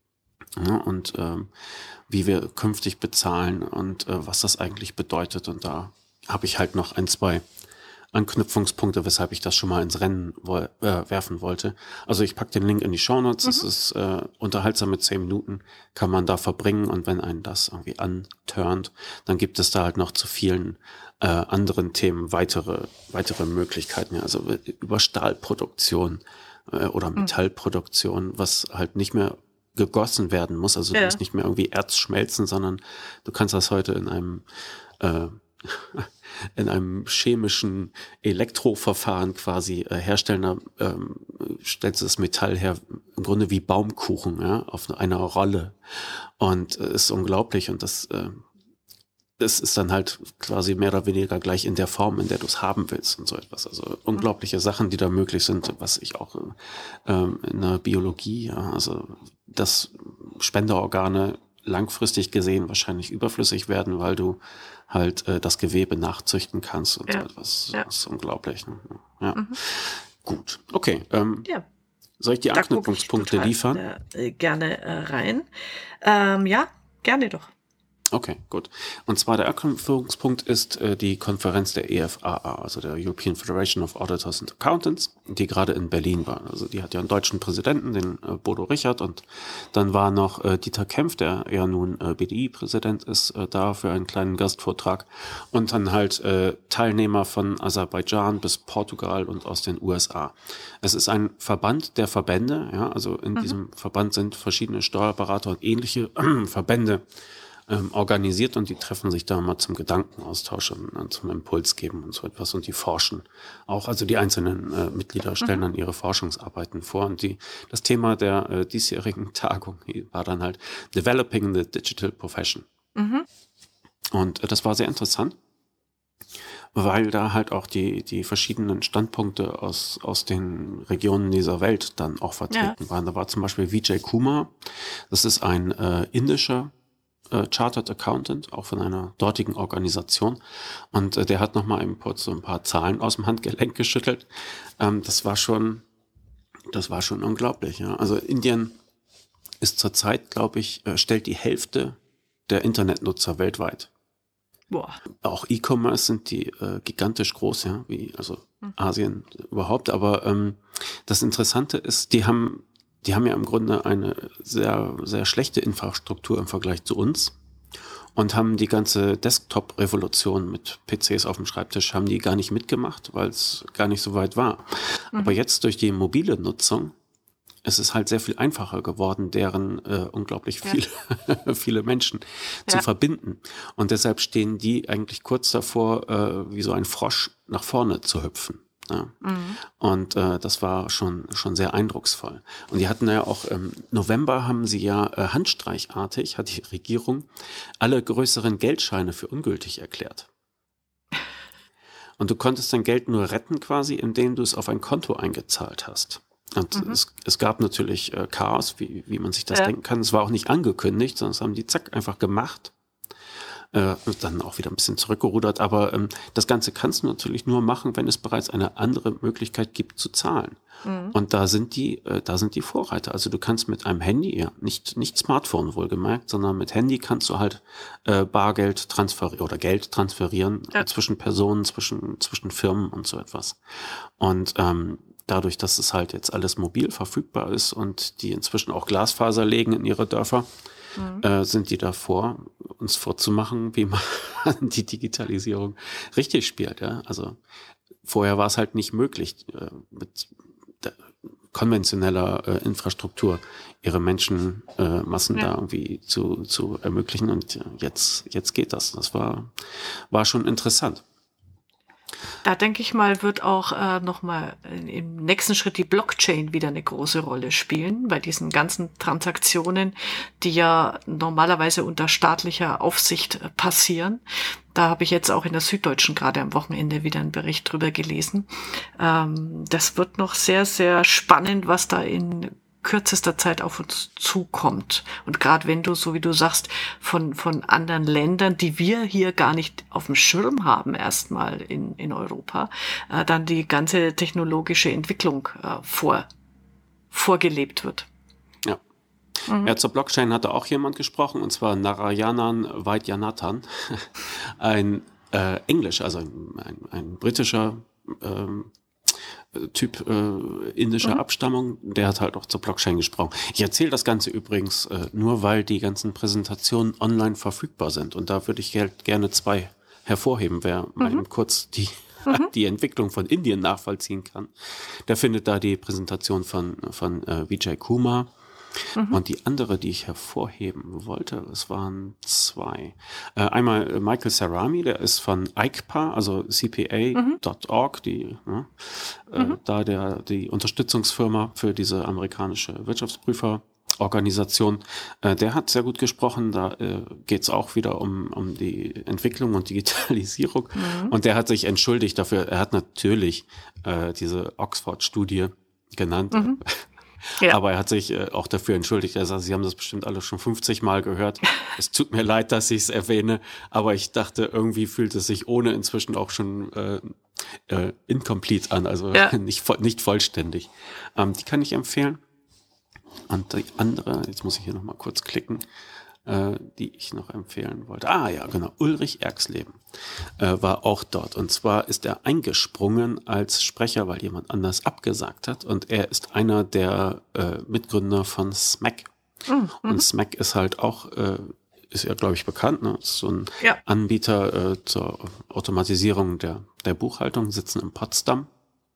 Speaker 1: Ja, und ähm, wie wir künftig bezahlen und äh, was das eigentlich bedeutet. Und da habe ich halt noch ein, zwei Anknüpfungspunkte, weshalb ich das schon mal ins Rennen woll, äh, werfen wollte. Also ich packe den Link in die Shownotes. Es
Speaker 2: Mhm.
Speaker 1: ist äh, unterhaltsam, mit zehn Minuten kann man da verbringen, und wenn einen das irgendwie anturnt, dann gibt es da halt noch zu vielen äh, anderen Themen weitere, weitere Möglichkeiten. Ja, also über Stahlproduktion äh, oder Metallproduktion, was halt nicht mehr gegossen werden muss. Also du
Speaker 2: Ja.
Speaker 1: musst nicht mehr irgendwie Erz schmelzen, sondern du kannst das heute in einem äh, in einem chemischen Elektroverfahren quasi äh, herstellen. Da ähm, stellst du das Metall her, im Grunde wie Baumkuchen, ja, auf einer Rolle. Und äh, ist unglaublich. Und das äh, das ist dann halt quasi mehr oder weniger gleich in der Form, in der du es haben willst und so etwas. Also unglaubliche Sachen, die da möglich sind, was ich auch ähm, in der Biologie, ja, also dass Spenderorgane langfristig gesehen wahrscheinlich überflüssig werden, weil du halt äh, das Gewebe nachzüchten kannst und
Speaker 2: Ja.
Speaker 1: so etwas.
Speaker 2: Ja.
Speaker 1: Das ist unglaublich. Ne? Ja.
Speaker 2: Mhm.
Speaker 1: Gut, okay. Ähm,
Speaker 2: Ja.
Speaker 1: soll ich die
Speaker 2: Da gucke ich
Speaker 1: Anknüpfungspunkte
Speaker 2: total,
Speaker 1: liefern?
Speaker 2: äh, äh, gerne äh, rein. Ähm, ja, gerne doch.
Speaker 1: Okay, gut. Und zwar der Anknüpfungspunkt ist äh, die Konferenz der E F A A, also der European Federation of Auditors and Accountants, die gerade in Berlin war. Also die hat ja einen deutschen Präsidenten, den äh, Bodo Richard, und dann war noch äh, Dieter Kempf, der ja nun äh, B D I-Präsident ist, äh, da für einen kleinen Gastvortrag, und dann halt äh, Teilnehmer von Aserbaidschan bis Portugal und aus den U S A. Es ist ein Verband der Verbände, ja, also in mhm. diesem Verband sind verschiedene Steuerberater und ähnliche äh, Verbände Ähm, organisiert, und die treffen sich da mal zum Gedankenaustausch und, und zum Impuls geben und so etwas, und die forschen auch, also die einzelnen äh, Mitglieder stellen mhm. dann ihre Forschungsarbeiten vor, und die das Thema der äh, diesjährigen Tagung war dann halt Developing the Digital Profession. Mhm. Und äh, das war sehr interessant, weil da halt auch die die verschiedenen Standpunkte aus aus den Regionen dieser Welt dann auch vertreten ja. waren. Da war zum Beispiel Vijay Kumar, das ist ein äh, indischer Äh, Chartered Accountant, auch von einer dortigen Organisation. Und äh, der hat nochmal eben kurz so ein paar Zahlen aus dem Handgelenk geschüttelt. Ähm, das war schon, das war schon unglaublich. Ja. Also Indien ist zurzeit, glaube ich, äh, stellt die Hälfte der Internetnutzer weltweit. Boah. Auch E-Commerce sind die äh, gigantisch groß, ja, wie also mhm. Asien überhaupt. Aber ähm, das Interessante ist, die haben Die haben ja im Grunde eine sehr, sehr schlechte Infrastruktur im Vergleich zu uns und haben die ganze Desktop-Revolution mit P Cs auf dem Schreibtisch, haben die gar nicht mitgemacht, weil es gar nicht so weit war. Mhm. Aber jetzt durch die mobile Nutzung ist es halt sehr viel einfacher geworden, deren äh, unglaublich viele, ja. viele Menschen zu ja. verbinden. Und deshalb stehen die eigentlich kurz davor, äh, wie so ein Frosch nach vorne zu hüpfen. Ja. Mhm. Und äh, das war schon schon sehr eindrucksvoll. Und die hatten ja auch im November haben sie ja äh, handstreichartig, hat die Regierung alle größeren Geldscheine für ungültig erklärt. Und du konntest dein Geld nur retten quasi, indem du es auf ein Konto eingezahlt hast. Und mhm. es, es gab natürlich äh, Chaos, wie, wie man sich das ja. denken kann. Es war auch nicht angekündigt, sondern es haben die zack einfach gemacht. Äh, und dann auch wieder ein bisschen zurückgerudert. Aber ähm, das Ganze kannst du natürlich nur machen, wenn es bereits eine andere Möglichkeit gibt zu zahlen. Mhm. Und da sind die, äh, da sind die Vorreiter. Also du kannst mit einem Handy, ja, nicht nicht Smartphone wohlgemerkt, sondern mit Handy kannst du halt äh, Bargeld transferieren oder Geld transferieren ja. äh, zwischen Personen, zwischen zwischen Firmen und so etwas. Und ähm, dadurch, dass es halt jetzt alles mobil verfügbar ist und die inzwischen auch Glasfaser legen in ihre Dörfer, mhm. äh, sind die davor, uns vorzumachen, wie man die Digitalisierung richtig spielt. Ja? Also vorher war es halt nicht möglich, äh, mit konventioneller äh, Infrastruktur ihre Menschenmassen äh, ja. da irgendwie zu, zu ermöglichen. Und äh, jetzt, jetzt geht das. Das war, war schon interessant.
Speaker 2: Da denke ich mal, wird auch äh, nochmal im nächsten Schritt die Blockchain wieder eine große Rolle spielen, bei diesen ganzen Transaktionen, die ja normalerweise unter staatlicher Aufsicht äh, passieren. Da habe ich jetzt auch in der Süddeutschen gerade am Wochenende wieder einen Bericht drüber gelesen. Ähm, das wird noch sehr, sehr spannend, was da in kürzester Zeit auf uns zukommt. Und gerade wenn du, so wie du sagst, von von anderen Ländern, die wir hier gar nicht auf dem Schirm haben, erstmal in in Europa, äh, dann die ganze technologische Entwicklung äh, vor vorgelebt wird.
Speaker 1: Ja. Mhm. Ja, zur Blockchain hatte auch jemand gesprochen, und zwar Narayanan Vaidyanathan, ein äh, Englisch, also ein, ein, ein britischer ähm, Typ äh, indischer mhm. Abstammung, der hat halt auch zur Blockchain gesprochen. Ich erzähle das Ganze übrigens äh, nur, weil die ganzen Präsentationen online verfügbar sind. Und da würde ich halt gerne zwei hervorheben. Wer mhm. mal eben kurz die, mhm. die Entwicklung von Indien nachvollziehen kann, der findet da die Präsentation von, von äh, Vijay Kumar. Mhm. Und die andere, die ich hervorheben wollte, es waren zwei. Äh, einmal Michael Sarami, der ist von I C P A, also C P A Punkt org, die ne, mhm. äh, da der die Unterstützungsfirma für diese amerikanische Wirtschaftsprüferorganisation. Äh, der hat sehr gut gesprochen. Da äh, geht es auch wieder um um die Entwicklung und Digitalisierung. Mhm. Und der hat sich entschuldigt dafür. Er hat natürlich äh, diese Oxford-Studie genannt. Mhm. Ja. Aber er hat sich äh, auch dafür entschuldigt. Er sagt, Sie haben das bestimmt alle schon fünfzig Mal gehört. Es tut mir leid, dass ich es erwähne, aber ich dachte, irgendwie fühlt es sich ohne inzwischen auch schon äh, äh, incomplete an, also ja. nicht, nicht vollständig. Ähm, die kann ich empfehlen. Und die andere, jetzt muss ich hier nochmal kurz klicken, äh, die ich noch empfehlen wollte. Ah ja, genau, Ulrich Erxleben äh, war auch dort. Und zwar ist er eingesprungen als Sprecher, weil jemand anders abgesagt hat. Und er ist einer der äh, Mitgründer von Smack. Mhm. Und Smack ist halt auch, äh, ist ja, glaube ich, bekannt, ne? Ist so ein ja. Anbieter äh, zur Automatisierung der, der Buchhaltung, sitzen in Potsdam.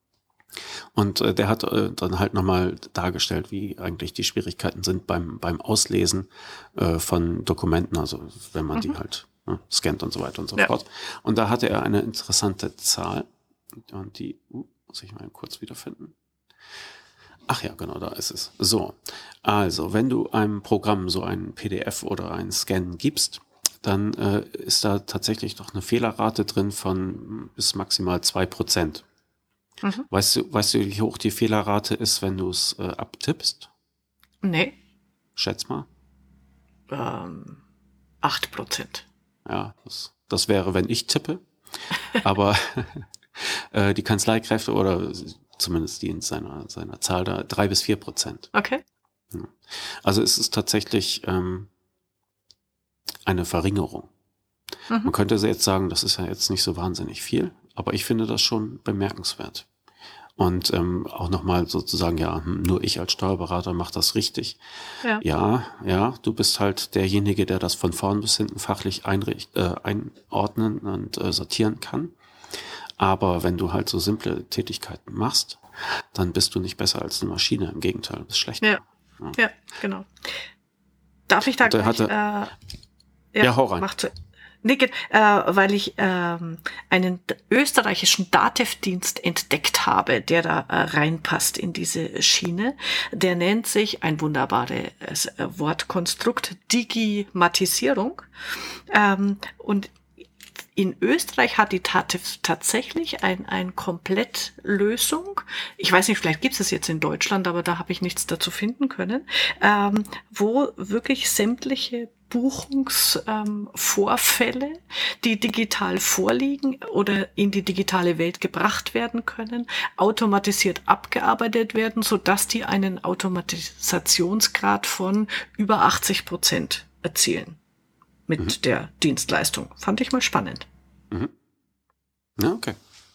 Speaker 1: Und äh, der hat äh, dann halt nochmal dargestellt, wie eigentlich die Schwierigkeiten sind beim beim Auslesen äh, von Dokumenten, also wenn man mhm. die halt ne, scannt und so weiter und so ja. fort. Und da hatte er eine interessante Zahl. Und die uh, muss ich mal kurz wiederfinden. Ach ja, genau, da ist es. So, also wenn du einem Programm so ein P D F oder ein Scan gibst, dann äh, ist da tatsächlich doch eine Fehlerrate drin von bis maximal zwei Prozent. Mhm. Weißt du, weißt du, wie hoch die Fehlerrate ist, wenn du es äh, abtippst?
Speaker 2: Nee.
Speaker 1: Schätz mal.
Speaker 2: Ähm, acht Prozent.
Speaker 1: Ja, das, das wäre, wenn ich tippe. Aber äh, die Kanzleikräfte oder zumindest die in seiner, seiner Zahl da, drei bis vier Prozent.
Speaker 2: Okay.
Speaker 1: Ja. Also es ist tatsächlich ähm, eine Verringerung. Mhm. Man könnte jetzt sagen, das ist ja jetzt nicht so wahnsinnig viel, aber ich finde das schon bemerkenswert. Und ähm, auch nochmal sozusagen, ja, nur ich als Steuerberater mache das richtig. Ja. ja, ja, du bist halt derjenige, der das von vorn bis hinten fachlich einricht, äh, einordnen und äh, sortieren kann. Aber wenn du halt so simple Tätigkeiten machst, dann bist du nicht besser als eine Maschine. Im Gegenteil, du bist schlechter.
Speaker 2: Ja, ja. ja genau. Darf ich da gleich...
Speaker 1: Hatte, äh,
Speaker 2: ja,
Speaker 1: ja, hau rein.
Speaker 2: Mach zu, nee, äh, weil ich ähm, einen österreichischen Datev-Dienst entdeckt habe, der da äh, reinpasst in diese Schiene. Der nennt sich, ein wunderbares äh, Wortkonstrukt, Digimatisierung. Ähm, und in Österreich hat die Datev tatsächlich ein, ein Komplettlösung. Ich weiß nicht, vielleicht gibt es es jetzt in Deutschland, aber da habe ich nichts dazu finden können, ähm, wo wirklich sämtliche Buchungsvorfälle, ähm, die digital vorliegen oder in die digitale Welt gebracht werden können, automatisiert abgearbeitet werden, sodass die einen Automatisationsgrad von über achtzig Prozent erzielen. Mit mhm. der Dienstleistung. Fand ich mal spannend.
Speaker 1: Mhm. Ja, okay.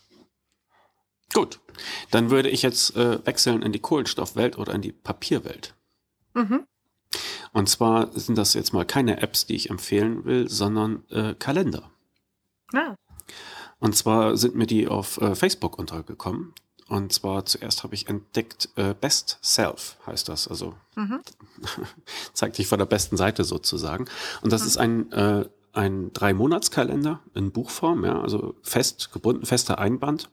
Speaker 1: Gut. Dann würde ich jetzt äh, wechseln in die Kohlenstoffwelt oder in die Papierwelt. Mhm. Und zwar sind das jetzt mal keine Apps, die ich empfehlen will, sondern äh, Kalender. Ja. Und zwar sind mir die auf äh, Facebook untergekommen. Und zwar zuerst habe ich entdeckt, äh, Best Self heißt das, also mhm. zeigt dich von der besten Seite sozusagen. Und das mhm. ist ein äh, ein Drei-Monats-Kalender in Buchform, ja, also fest, gebunden, fester Einband,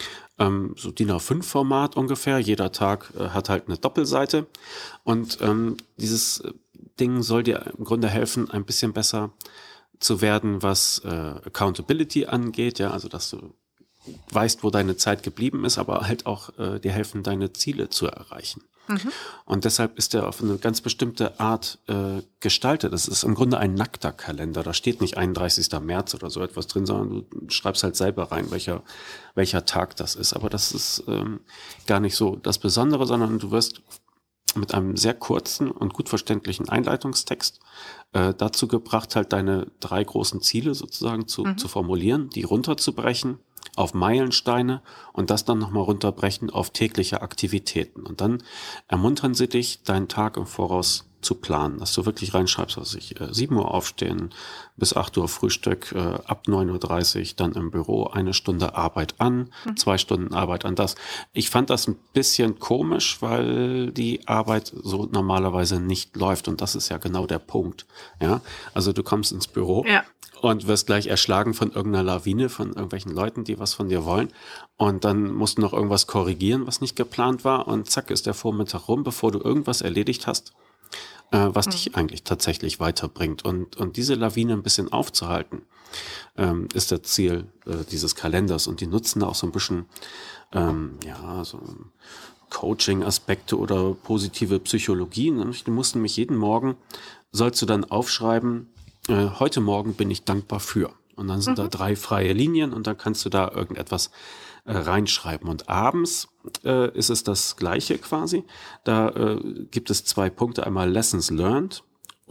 Speaker 1: ähm, so D I N A fünf Format ungefähr. Jeder Tag äh, hat halt eine Doppelseite und ähm, dieses Ding soll dir im Grunde helfen, ein bisschen besser zu werden, was äh, Accountability angeht, ja, also dass du weißt, wo deine Zeit geblieben ist, aber halt auch äh, dir helfen, deine Ziele zu erreichen. Mhm. Und deshalb ist er auf eine ganz bestimmte Art äh, gestaltet. Das ist im Grunde ein nackter Kalender. Da steht nicht einunddreißigster März oder so etwas drin, sondern du schreibst halt selber rein, welcher welcher Tag das ist. Aber das ist ähm, gar nicht so das Besondere, sondern du wirst mit einem sehr kurzen und gut verständlichen Einleitungstext äh, dazu gebracht, halt deine drei großen Ziele sozusagen zu, mhm. zu formulieren, die runterzubrechen auf Meilensteine und das dann nochmal runterbrechen auf tägliche Aktivitäten. Und dann ermuntern sie dich, deinen Tag im Voraus zu planen, dass du wirklich reinschreibst, was ich, äh, sieben Uhr aufstehen, bis acht Uhr Frühstück, äh, ab neun Uhr dreißig dann im Büro, eine Stunde Arbeit an, mhm. zwei Stunden Arbeit an das. Ich fand das ein bisschen komisch, weil die Arbeit so normalerweise nicht läuft und das ist ja genau der Punkt. Ja, also du kommst ins Büro. Ja. Und wirst gleich erschlagen von irgendeiner Lawine, von irgendwelchen Leuten, die was von dir wollen. Und dann musst du noch irgendwas korrigieren, was nicht geplant war. Und zack, ist der Vormittag rum, bevor du irgendwas erledigt hast, äh, was mhm. dich eigentlich tatsächlich weiterbringt. Und, und diese Lawine ein bisschen aufzuhalten, ähm, ist das Ziel äh, dieses Kalenders. Und die nutzen da auch so ein bisschen, ähm, ja, so Coaching-Aspekte oder positive Psychologie. Du musst nämlich jeden Morgen, sollst du dann aufschreiben, Äh, heute Morgen bin ich dankbar für. Und dann sind mhm. da drei freie Linien und dann kannst du da irgendetwas äh, reinschreiben. Und abends äh, ist es das Gleiche quasi. Da äh, gibt es zwei Punkte. Einmal Lessons Learned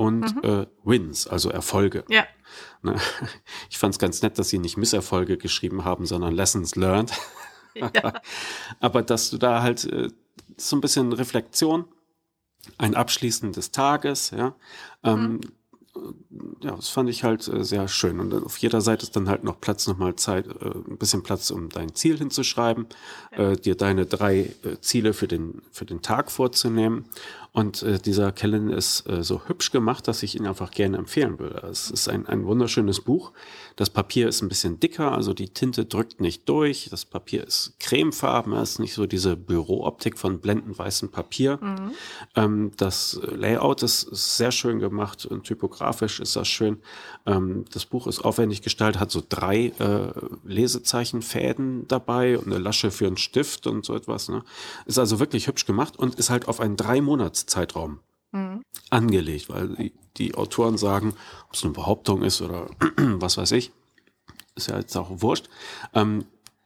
Speaker 1: und
Speaker 2: Mhm.
Speaker 1: äh, Wins, also Erfolge.
Speaker 2: Ja.
Speaker 1: Ne? Ich fand es ganz nett, dass sie nicht Misserfolge geschrieben haben, sondern Lessons learned.
Speaker 2: Ja.
Speaker 1: Aber dass du da halt äh, so ein bisschen Reflexion, ein Abschließen des Tages, ja, ähm,
Speaker 2: Mhm.
Speaker 1: ja, das fand ich halt äh, sehr schön. Und auf jeder Seite ist dann halt noch Platz, nochmal Zeit, äh, ein bisschen Platz, um dein Ziel hinzuschreiben, äh, dir deine drei äh, Ziele für den, für den Tag vorzunehmen. Und äh, dieser Kalender ist äh, so hübsch gemacht, dass ich ihn einfach gerne empfehlen würde. Es ist ein, ein wunderschönes Buch. Das Papier ist ein bisschen dicker, also die Tinte drückt nicht durch. Das Papier ist cremefarben, es ist nicht so diese Bürooptik von blendend weißem Papier.
Speaker 2: Mhm.
Speaker 1: Ähm, das Layout ist, ist sehr schön gemacht und typografisch ist das schön. Ähm, das Buch ist aufwendig gestaltet, hat so drei äh, Lesezeichenfäden dabei und eine Lasche für einen Stift und so etwas. Ne? Ist also wirklich hübsch gemacht und ist halt auf einen drei Monats Zeitraum
Speaker 2: Mhm.
Speaker 1: angelegt, weil die, die Autoren sagen, ob es eine Behauptung ist oder was weiß ich, ist ja jetzt auch wurscht. Ähm,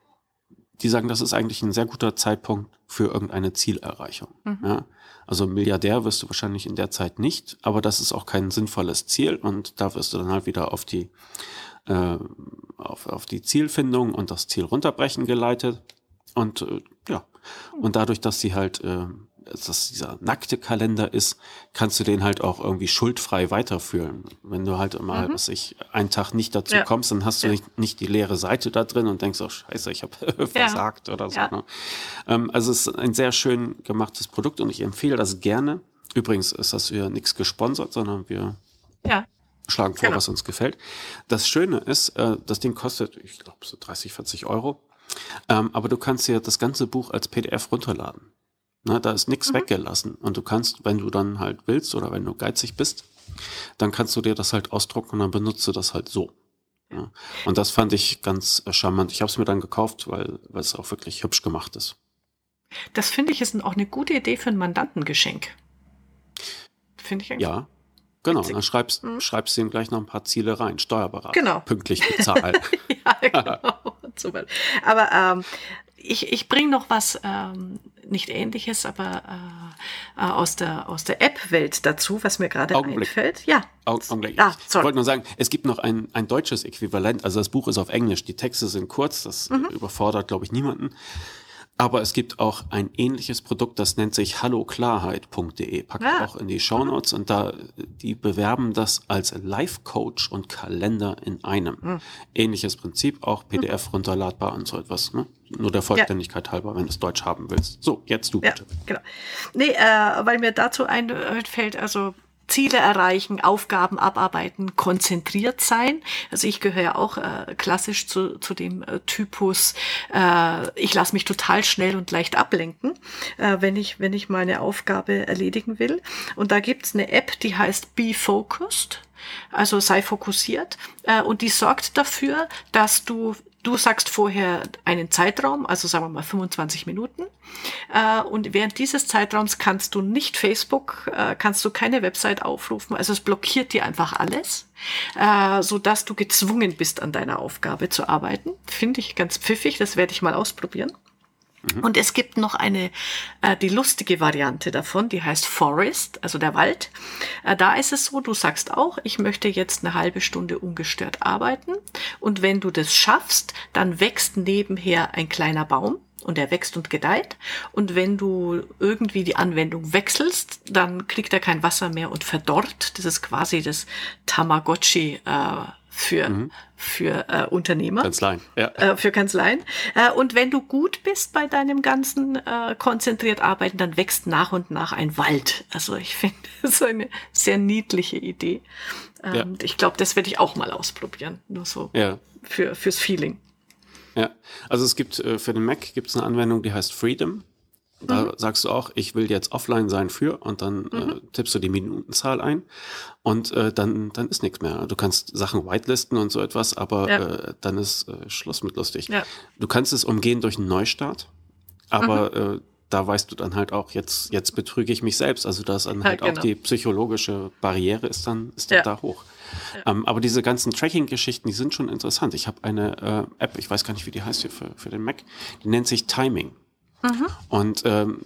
Speaker 1: die sagen, das ist eigentlich ein sehr guter Zeitpunkt für irgendeine Zielerreichung.
Speaker 2: Mhm.
Speaker 1: Ja? Also Milliardär wirst du wahrscheinlich in der Zeit nicht, aber das ist auch kein sinnvolles Ziel und da wirst du dann halt wieder auf die äh, auf, auf die Zielfindung und das Ziel runterbrechen geleitet und äh, ja, und dadurch, dass sie halt äh, dass dieser nackte Kalender ist, kannst du den halt auch irgendwie schuldfrei weiterführen. Wenn du halt mal,
Speaker 2: Mhm.
Speaker 1: was ich, einen Tag nicht dazu
Speaker 2: Ja.
Speaker 1: kommst, dann hast du
Speaker 2: Ja.
Speaker 1: nicht, nicht die leere Seite da drin und denkst, oh scheiße, ich habe versagt oder so.
Speaker 2: Ja.
Speaker 1: Ne? Ähm, also es ist ein sehr schön gemachtes Produkt und ich empfehle das gerne. Übrigens ist das ja nichts gesponsert, sondern wir
Speaker 2: Ja.
Speaker 1: schlagen vor,
Speaker 2: Genau.
Speaker 1: was uns gefällt. Das Schöne ist, äh, das Ding kostet, ich glaube, so dreißig, vierzig Euro. Ähm, aber du kannst dir das ganze Buch als P D F runterladen. Na, da ist nichts
Speaker 2: Mhm.
Speaker 1: weggelassen. Und du kannst, wenn du dann halt willst oder wenn du geizig bist, dann kannst du dir das halt ausdrucken und dann benutzt du das halt so. Ja. Und das fand ich ganz äh, charmant. Ich habe es mir dann gekauft, weil, weil es auch wirklich hübsch gemacht ist.
Speaker 2: Das finde ich ist auch eine gute Idee für ein Mandantengeschenk. Finde ich eigentlich.
Speaker 1: Ja, genau.
Speaker 2: Witzig.
Speaker 1: Dann schreibst,
Speaker 2: Mhm.
Speaker 1: schreibst du ihm gleich noch ein paar Ziele rein. Steuerberater.
Speaker 2: Genau.
Speaker 1: Pünktlich bezahlen.
Speaker 2: Ja, genau. Und so weiter. Aber ähm, ich, ich bringe noch was, ähm, nicht Ähnliches, aber äh, äh, aus der, aus der App-Welt dazu, was mir gerade
Speaker 1: Augenblick.
Speaker 2: einfällt. Ja.
Speaker 1: Augenblick.
Speaker 2: Ah,
Speaker 1: Ich
Speaker 2: sorry.
Speaker 1: wollte nur sagen, es gibt noch ein, ein deutsches Äquivalent. Also das Buch ist auf Englisch. Die Texte sind kurz. Das
Speaker 2: Mhm.
Speaker 1: überfordert, glaube ich, niemanden. Aber es gibt auch ein ähnliches Produkt, das nennt sich hallo klarheit punkt de. Packe ich
Speaker 2: Ah.
Speaker 1: auch in die Shownotes und da, die bewerben das als Life-Coach und Kalender in einem.
Speaker 2: Mhm.
Speaker 1: Ähnliches Prinzip, auch P D F runterladbar und so etwas. Ne? Nur der Vollständigkeit halber, wenn du es Deutsch haben willst. So, jetzt du
Speaker 2: Ja,
Speaker 1: bitte.
Speaker 2: genau. Nee, äh, weil mir dazu einfällt, also Ziele erreichen, Aufgaben abarbeiten, konzentriert sein. Also ich gehöre ja auch äh, klassisch zu, zu dem äh, Typus, äh, ich lasse mich total schnell und leicht ablenken, äh, wenn ich, wenn ich meine Aufgabe erledigen will. Und da gibt's eine App, die heißt Be Focused. Also sei fokussiert. Äh, und die sorgt dafür, dass du Du sagst vorher einen Zeitraum, also sagen wir mal fünfundzwanzig Minuten. Äh, und während dieses Zeitraums kannst du nicht Facebook, äh, kannst du keine Website aufrufen. Also es blockiert dir einfach alles, äh, sodass du gezwungen bist, an deiner Aufgabe zu arbeiten. Finde ich ganz pfiffig, das werde ich mal ausprobieren. Und es gibt noch eine, äh, die lustige Variante davon, die heißt Forest, also der Wald. Äh, da ist es so, du sagst auch, ich möchte jetzt eine halbe Stunde ungestört arbeiten. Und wenn du das schaffst, dann wächst nebenher ein kleiner Baum. Und er wächst und gedeiht. Und wenn du irgendwie die Anwendung wechselst, dann kriegt er kein Wasser mehr und verdorrt. Das ist quasi das Tamagotchi äh, für,
Speaker 1: Mhm.
Speaker 2: für äh, Unternehmer.
Speaker 1: Kanzleien. Ja.
Speaker 2: Äh, für Kanzleien. Äh, und wenn du gut bist bei deinem ganzen äh, konzentriert Arbeiten, dann wächst nach und nach ein Wald. Also ich finde, das ist eine sehr niedliche Idee. Ähm,
Speaker 1: Ja.
Speaker 2: Ich glaube, das werde ich auch mal ausprobieren. Nur so
Speaker 1: Ja.
Speaker 2: für, fürs Feeling.
Speaker 1: Ja, also es gibt äh, für den Mac gibt es eine Anwendung, die heißt Freedom. Da
Speaker 2: Mhm.
Speaker 1: sagst du auch, ich will jetzt offline sein für und dann
Speaker 2: Mhm.
Speaker 1: äh, tippst du die Minutenzahl ein und äh, dann dann ist nichts mehr. Du kannst Sachen whitelisten und so etwas, aber
Speaker 2: Ja.
Speaker 1: äh, dann ist äh, Schluss mit lustig.
Speaker 2: Ja.
Speaker 1: Du kannst es umgehen durch einen Neustart, aber äh, da weißt du dann halt auch, jetzt jetzt betrüge ich mich selbst. Also da ist dann
Speaker 2: Ja,
Speaker 1: halt auch
Speaker 2: genau.
Speaker 1: die psychologische Barriere ist dann ist dann
Speaker 2: Ja.
Speaker 1: da hoch. Ähm, aber diese ganzen Tracking-Geschichten, die sind schon interessant. Ich habe eine äh, App, ich weiß gar nicht, wie die heißt hier für, für den Mac, die nennt sich Timing.
Speaker 2: Mhm.
Speaker 1: Und ähm,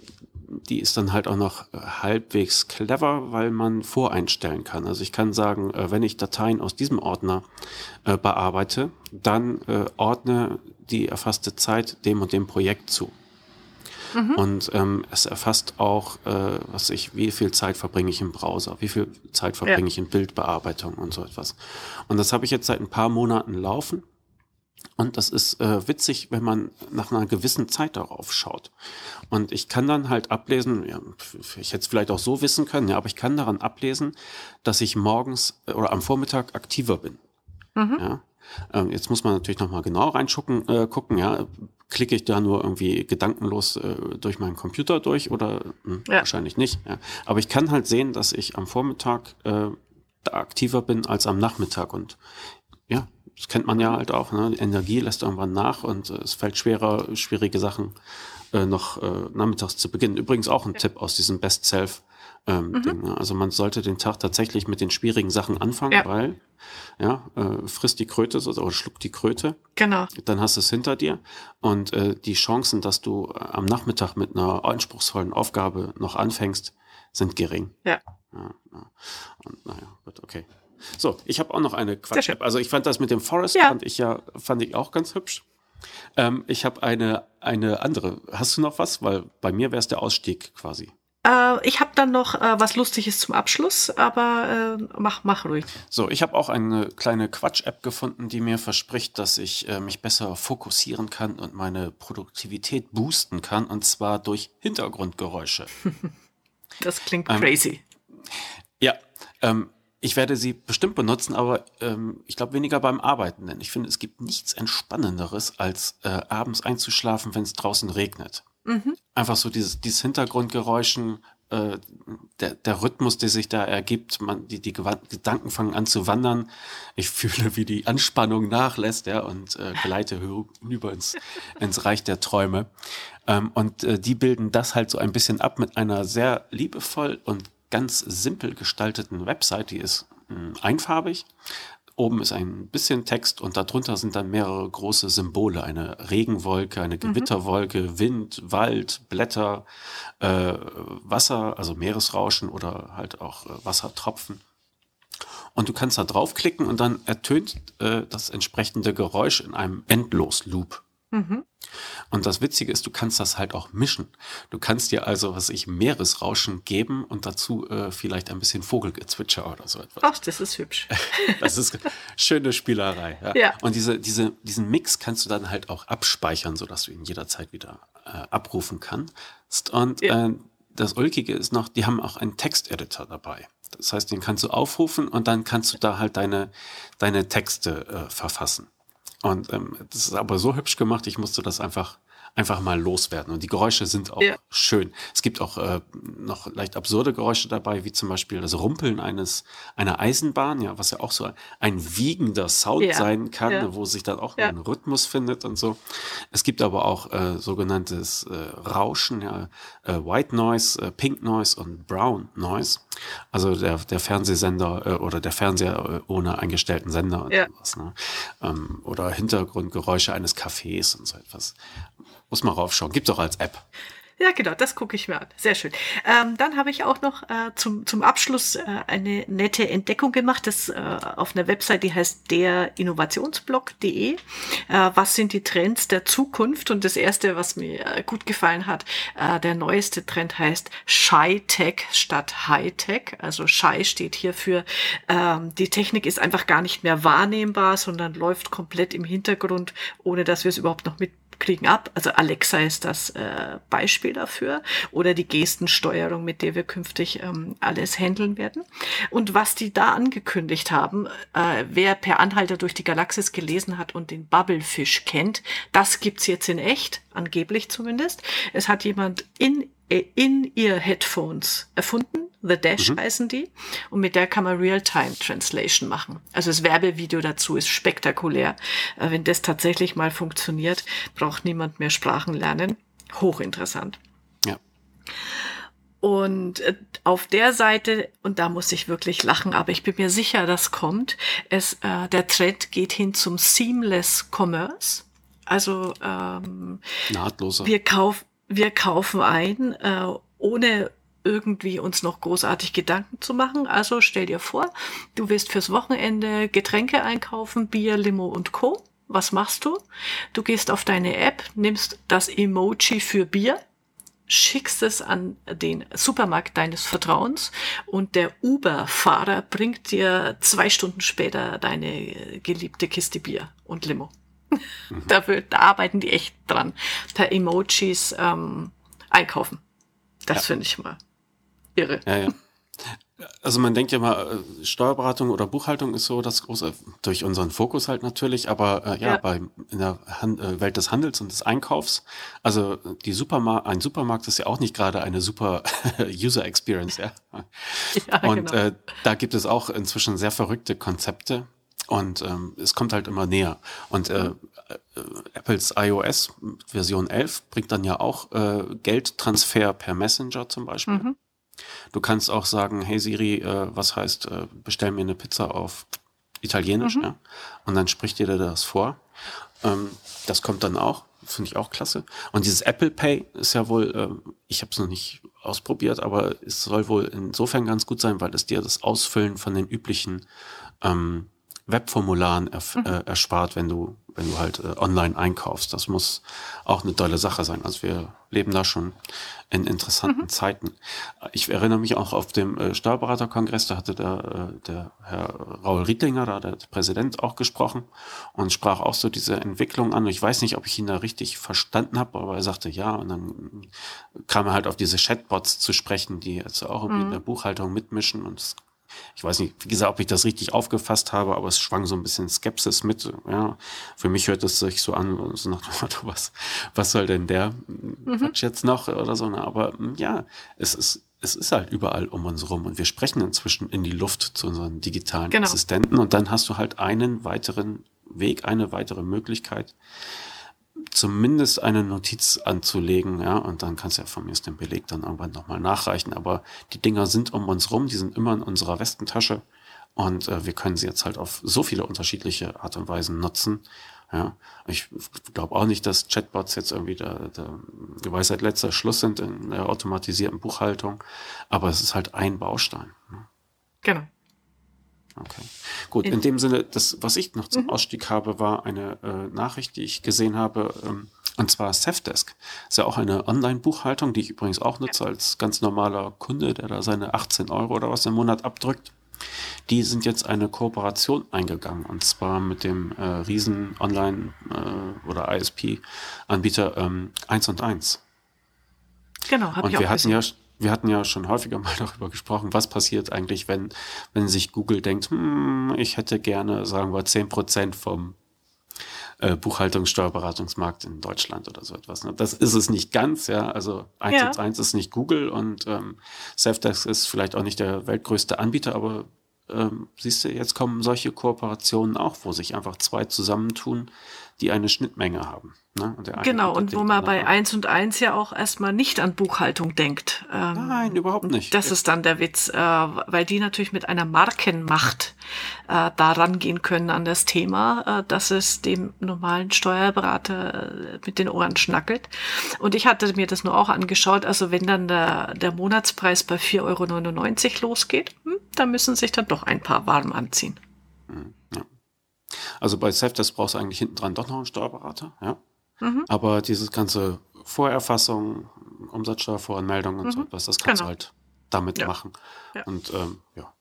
Speaker 1: die ist dann halt auch noch äh, halbwegs clever, weil man voreinstellen kann. Also ich kann sagen, äh, wenn ich Dateien aus diesem Ordner äh, bearbeite, dann äh, ordne die erfasste Zeit dem und dem Projekt zu. Mhm. Und ähm, es erfasst auch, äh, was ich, wie viel Zeit verbringe ich im Browser, wie viel Zeit verbringe ja. ich in Bildbearbeitung und so etwas. Und das habe ich jetzt seit ein paar Monaten laufen. Und das ist äh, witzig, wenn man nach einer gewissen Zeit darauf schaut. Und ich kann dann halt ablesen, ja, ich hätte es vielleicht auch so wissen können, ja, aber ich kann daran ablesen, dass ich morgens oder am Vormittag aktiver bin. Mhm. Ja. Ähm, jetzt muss man natürlich nochmal genau reinschucken, äh, gucken, ja, klicke ich da nur irgendwie gedankenlos äh, durch meinen Computer durch oder mh, ja. wahrscheinlich nicht. Ja. Aber ich kann halt sehen, dass ich am Vormittag äh, da aktiver bin als am Nachmittag. Und ja, das kennt man ja halt auch. Ne? Die Energie lässt irgendwann nach und äh, es fällt schwerer, schwierige Sachen äh, noch äh, nachmittags zu beginnen. Übrigens auch ein ja. Tipp aus diesem Best-Self. Ähm, mhm. Ding, ne? Also man sollte den Tag tatsächlich mit den schwierigen Sachen anfangen, ja. weil ja, äh, frisst die Kröte oder schluckt die Kröte.
Speaker 2: Genau.
Speaker 1: Dann hast du es hinter dir und äh, die Chancen, dass du äh, am Nachmittag mit einer anspruchsvollen Aufgabe noch anfängst, sind gering.
Speaker 2: Ja.
Speaker 1: ja, ja. Und naja, gut, okay. So, ich habe auch noch eine Quatsch-App. Also ich fand das mit dem Forest ja. fand ich ja fand ich auch ganz hübsch. Ähm, ich habe eine eine andere. Hast du noch was? Weil bei mir wäre es der Ausstieg quasi.
Speaker 2: Äh, ich habe dann noch äh, was Lustiges zum Abschluss, aber äh, mach mach ruhig.
Speaker 1: So, ich habe auch eine kleine Quatsch-App gefunden, die mir verspricht, dass ich äh, mich besser fokussieren kann und meine Produktivität boosten kann, und zwar durch Hintergrundgeräusche.
Speaker 2: Das klingt ähm, crazy.
Speaker 1: Ja, ähm, ich werde sie bestimmt benutzen, aber ähm, ich glaube weniger beim Arbeiten, denn ich finde, es gibt nichts Entspannenderes, als äh, abends einzuschlafen, wenn es draußen regnet. Mhm. Einfach so dieses, dieses Hintergrundgeräuschen, äh, der, der Rhythmus, der sich da ergibt, man, die, die Gedanken fangen an zu wandern. Ich fühle, wie die Anspannung nachlässt, ja, und äh, gleite hinüber ins, ins Reich der Träume. Ähm, und äh, die bilden das halt so ein bisschen ab mit einer sehr liebevoll und ganz simpel gestalteten Website, die ist mh, einfarbig. Oben ist ein bisschen Text und darunter sind dann mehrere große Symbole. Eine Regenwolke, eine Gewitterwolke, mhm. Wind, Wald, Blätter, äh, Wasser, also Meeresrauschen oder halt auch äh, Wassertropfen. Und du kannst da draufklicken und dann ertönt äh, das entsprechende Geräusch in einem Endlosloop. Mhm. Und das Witzige ist, du kannst das halt auch mischen. Du kannst dir also, was ich, Meeresrauschen geben und dazu äh, vielleicht ein bisschen Vogelgezwitscher oder so etwas.
Speaker 2: Ach, das ist hübsch.
Speaker 1: Das ist schöne Spielerei. Ja.
Speaker 2: Ja.
Speaker 1: Und diese, diese, diesen Mix kannst du dann halt auch abspeichern, sodass du ihn jederzeit wieder äh, abrufen kannst. Und ja. äh, das Ulkige ist noch, die haben auch einen Texteditor dabei. Das heißt, den kannst du aufrufen und dann kannst du da halt deine, deine Texte äh, verfassen. Und ähm, das ist aber so hübsch gemacht, ich musste das einfach einfach mal loswerden. Und die Geräusche sind auch ja. schön. Es gibt auch äh, noch leicht absurde Geräusche dabei, wie zum Beispiel das Rumpeln eines einer Eisenbahn, ja, was ja auch so ein wiegender Sound ja. sein kann, ja. wo sich dann auch ja. ein Rhythmus findet und so. Es gibt aber auch äh, sogenanntes äh, Rauschen, ja, äh, White Noise, äh, Pink Noise und Brown Noise. Also der der Fernsehsender äh, oder der Fernseher äh, ohne eingestellten Sender und
Speaker 2: ja.
Speaker 1: sowas, ne? Ähm, oder Hintergrundgeräusche eines Cafés und so etwas. Muss man raufschauen. Gibt's auch als App.
Speaker 2: Ja, genau, das gucke ich mir an. Sehr schön. Ähm, dann habe ich auch noch äh, zum zum Abschluss äh, eine nette Entdeckung gemacht, das äh, auf einer Website, die heißt der innovationsblog punkt de. Äh, was sind die Trends der Zukunft? Und das erste, was mir äh, gut gefallen hat, äh, der neueste Trend heißt Shy-Tech statt High-Tech. Also Shy steht hier für, ähm, die Technik ist einfach gar nicht mehr wahrnehmbar, sondern läuft komplett im Hintergrund, ohne dass wir es überhaupt noch mit kriegen ab. Also Alexa ist das äh, Beispiel dafür oder die Gestensteuerung, mit der wir künftig ähm, alles handeln werden. Und was die da angekündigt haben, äh, wer per Anhalter durch die Galaxis gelesen hat und den Bubblefish kennt, das gibt's jetzt in echt, angeblich zumindest. Es hat jemand in in ihr Headphones erfunden. The Dash mhm. heißen die. Und mit der kann man Real-Time-Translation machen. Also das Werbevideo dazu ist spektakulär. Äh, wenn das tatsächlich mal funktioniert, braucht niemand mehr Sprachen lernen. Hochinteressant.
Speaker 1: Ja.
Speaker 2: Und äh, auf der Seite, und da muss ich wirklich lachen, aber ich bin mir sicher, das kommt, es, äh, der Trend geht hin zum Seamless Commerce. Also ähm,
Speaker 1: nahtloser.
Speaker 2: Wir kaufen Wir kaufen ein äh, ohne irgendwie uns noch großartig Gedanken zu machen. Also stell dir vor, du willst fürs Wochenende Getränke einkaufen, Bier, Limo und Co. Was machst du? Du gehst auf deine App, nimmst das Emoji für Bier, schickst es an den Supermarkt deines Vertrauens und der Uber-Fahrer bringt dir zwei Stunden später deine geliebte Kiste Bier und Limo. Mhm. Da, wird, da arbeiten die echt dran, per Emojis ähm, einkaufen. Das ja. finde ich mal irre.
Speaker 1: Ja, ja. Also man denkt ja mal, Steuerberatung oder Buchhaltung ist so das große, durch unseren Fokus halt natürlich, aber äh, ja, ja. bei in der Han- äh, Welt des Handels und des Einkaufs, also die Supermarkt, ein Supermarkt ist ja auch nicht gerade eine super User Experience, ja. ja und genau. äh, da gibt es auch inzwischen sehr verrückte Konzepte und ähm, es kommt halt immer näher. Und äh, äh, Apples iOS Version elf bringt dann ja auch äh, Geldtransfer per Messenger zum Beispiel. Mhm. Du kannst auch sagen, hey Siri, äh, was heißt, äh, bestell mir eine Pizza auf Italienisch, mhm. ja? Und dann spricht dir das vor. Ähm, das kommt dann auch, finde ich auch klasse. Und dieses Apple Pay ist ja wohl, äh, ich habe es noch nicht ausprobiert, aber es soll wohl insofern ganz gut sein, weil es dir das Ausfüllen von den üblichen ähm, Webformularen erf- mhm. äh, erspart, wenn du wenn du halt äh, online einkaufst. Das muss auch eine tolle Sache sein. Also wir leben da schon in interessanten mhm. Zeiten. Ich erinnere mich auch auf dem äh, Steuerberaterkongress, da hatte der, äh, der Herr Raul Riedlinger, da der Präsident, auch gesprochen und sprach auch so diese Entwicklung an. Ich weiß nicht, ob ich ihn da richtig verstanden habe, aber er sagte ja, und dann kam er halt auf diese Chatbots zu sprechen, die jetzt auch irgendwie mhm. in der Buchhaltung mitmischen und es Ich weiß nicht, wie gesagt, ob ich das richtig aufgefasst habe, aber es schwang so ein bisschen Skepsis mit. Ja, für mich hört es sich so an, so nach dem Motto, was, was soll denn der mhm. jetzt noch oder so. Aber ja, es ist, es ist halt überall um uns rum und wir sprechen inzwischen in die Luft zu unseren digitalen genau. Assistenten und dann hast du halt einen weiteren Weg, eine weitere Möglichkeit, zumindest eine Notiz anzulegen, ja, und dann kannst du ja von mir den Beleg dann irgendwann nochmal nachreichen, aber die Dinger sind um uns rum, die sind immer in unserer Westentasche und äh, wir können sie jetzt halt auf so viele unterschiedliche Art und Weisen nutzen, ja. Ich glaube auch nicht, dass Chatbots jetzt irgendwie der, der Weisheit letzter Schluss sind in der automatisierten Buchhaltung, aber es ist halt ein Baustein. Ne?
Speaker 2: Genau.
Speaker 1: Okay, gut. In dem Sinne, das, was ich noch zum mhm. Ausstieg habe, war eine äh, Nachricht, die ich gesehen habe, ähm, und zwar Safdesk. Ist ja auch eine Online-Buchhaltung, die ich übrigens auch nutze als ganz normaler Kunde, der da seine achtzehn Euro oder was im Monat abdrückt. Die sind jetzt eine Kooperation eingegangen, und zwar mit dem äh, riesen Online- äh, oder I S P-Anbieter ähm, eins und eins.
Speaker 2: Genau, habe ich
Speaker 1: auch wir hatten
Speaker 2: gesehen.
Speaker 1: ja Wir hatten ja schon häufiger mal darüber gesprochen, was passiert eigentlich, wenn, wenn sich Google denkt, hm, ich hätte gerne, sagen wir, zehn Prozent vom äh, Buchhaltungssteuerberatungsmarkt in Deutschland oder so etwas. Ne? Das ist es nicht ganz, ja. Also eins
Speaker 2: Ja.
Speaker 1: und eins ist nicht Google und ähm, Safdesk ist vielleicht auch nicht der weltgrößte Anbieter, aber ähm, siehst du, jetzt kommen solche Kooperationen auch, wo sich einfach zwei zusammentun, die eine Schnittmenge haben. Ne? Und der eine
Speaker 2: Genau,
Speaker 1: bietet
Speaker 2: und wo
Speaker 1: den
Speaker 2: man
Speaker 1: anderen
Speaker 2: bei
Speaker 1: an.
Speaker 2: eins und eins ja auch erstmal nicht an Buchhaltung denkt. Ähm,
Speaker 1: Nein, überhaupt nicht.
Speaker 2: Das ist dann der Witz, äh, weil die natürlich mit einer Markenmacht äh, da rangehen können an das Thema, äh, dass es dem normalen Steuerberater äh, mit den Ohren schnackelt. Und ich hatte mir das nur auch angeschaut, also wenn dann der, der Monatspreis bei vier Euro neunundneunzig losgeht, hm, da müssen sich dann doch ein paar warm anziehen.
Speaker 1: Hm, ja. Also bei Safdesk brauchst du eigentlich hinten dran doch noch einen Steuerberater, ja.
Speaker 2: Mhm.
Speaker 1: Aber dieses ganze Vorerfassung, Umsatzsteuervoranmeldung und
Speaker 2: Mhm.
Speaker 1: so etwas, das kannst
Speaker 2: Genau.
Speaker 1: du halt damit
Speaker 2: Ja.
Speaker 1: machen.
Speaker 2: Ja.
Speaker 1: Und ähm, ja.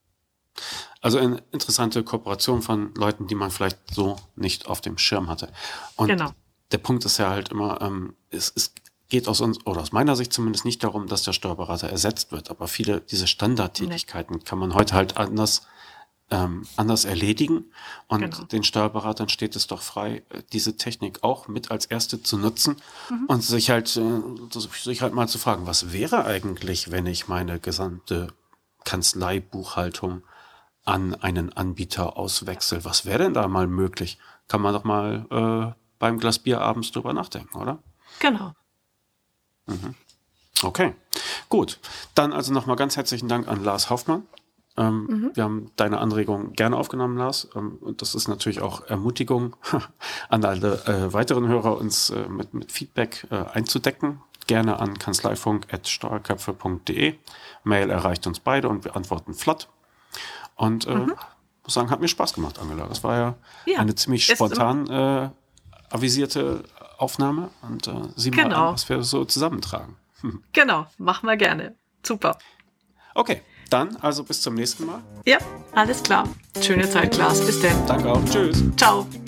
Speaker 1: Also eine interessante Kooperation von Leuten, die man vielleicht so nicht auf dem Schirm hatte. Und
Speaker 2: Genau.
Speaker 1: der Punkt ist ja halt immer, ähm, es, es geht aus uns, oder aus meiner Sicht zumindest nicht darum, dass der Steuerberater ersetzt wird. Aber viele diese Standardtätigkeiten kann man heute halt anders Ähm, anders erledigen und
Speaker 2: Genau.
Speaker 1: den Steuerberatern steht es doch frei, äh, diese Technik auch mit als erste zu nutzen
Speaker 2: Mhm.
Speaker 1: und sich halt äh, sich halt mal zu fragen, was wäre eigentlich, wenn ich meine gesamte Kanzleibuchhaltung an einen Anbieter auswechsel? Was wäre denn da mal möglich? Kann man doch mal äh, beim Glas Bier abends drüber nachdenken, oder?
Speaker 2: Genau.
Speaker 1: Mhm. Okay, gut. Dann also nochmal ganz herzlichen Dank an Lars Hoffmann. Ähm,
Speaker 2: Mhm.
Speaker 1: Wir haben deine Anregung gerne aufgenommen, Lars. Ähm, und das ist natürlich auch Ermutigung an alle äh, weiteren Hörer, uns äh, mit, mit Feedback äh, einzudecken. gerne an kanzleifunk at steuerköpfe punkt de. Mail erreicht uns beide und wir antworten flott. Und äh, mhm. muss sagen, hat mir Spaß gemacht, Angela. Das war ja, ja eine ziemlich spontan äh, avisierte Aufnahme. Und äh, sieh mal
Speaker 2: genau.
Speaker 1: an, was wir so zusammentragen. Hm.
Speaker 2: Genau, machen wir gerne. Super.
Speaker 1: Okay, dann also bis zum nächsten Mal.
Speaker 2: Ja, alles klar. Schöne Zeit, Klaas. Bis dann.
Speaker 1: Danke auch. Tschüss.
Speaker 2: Ciao.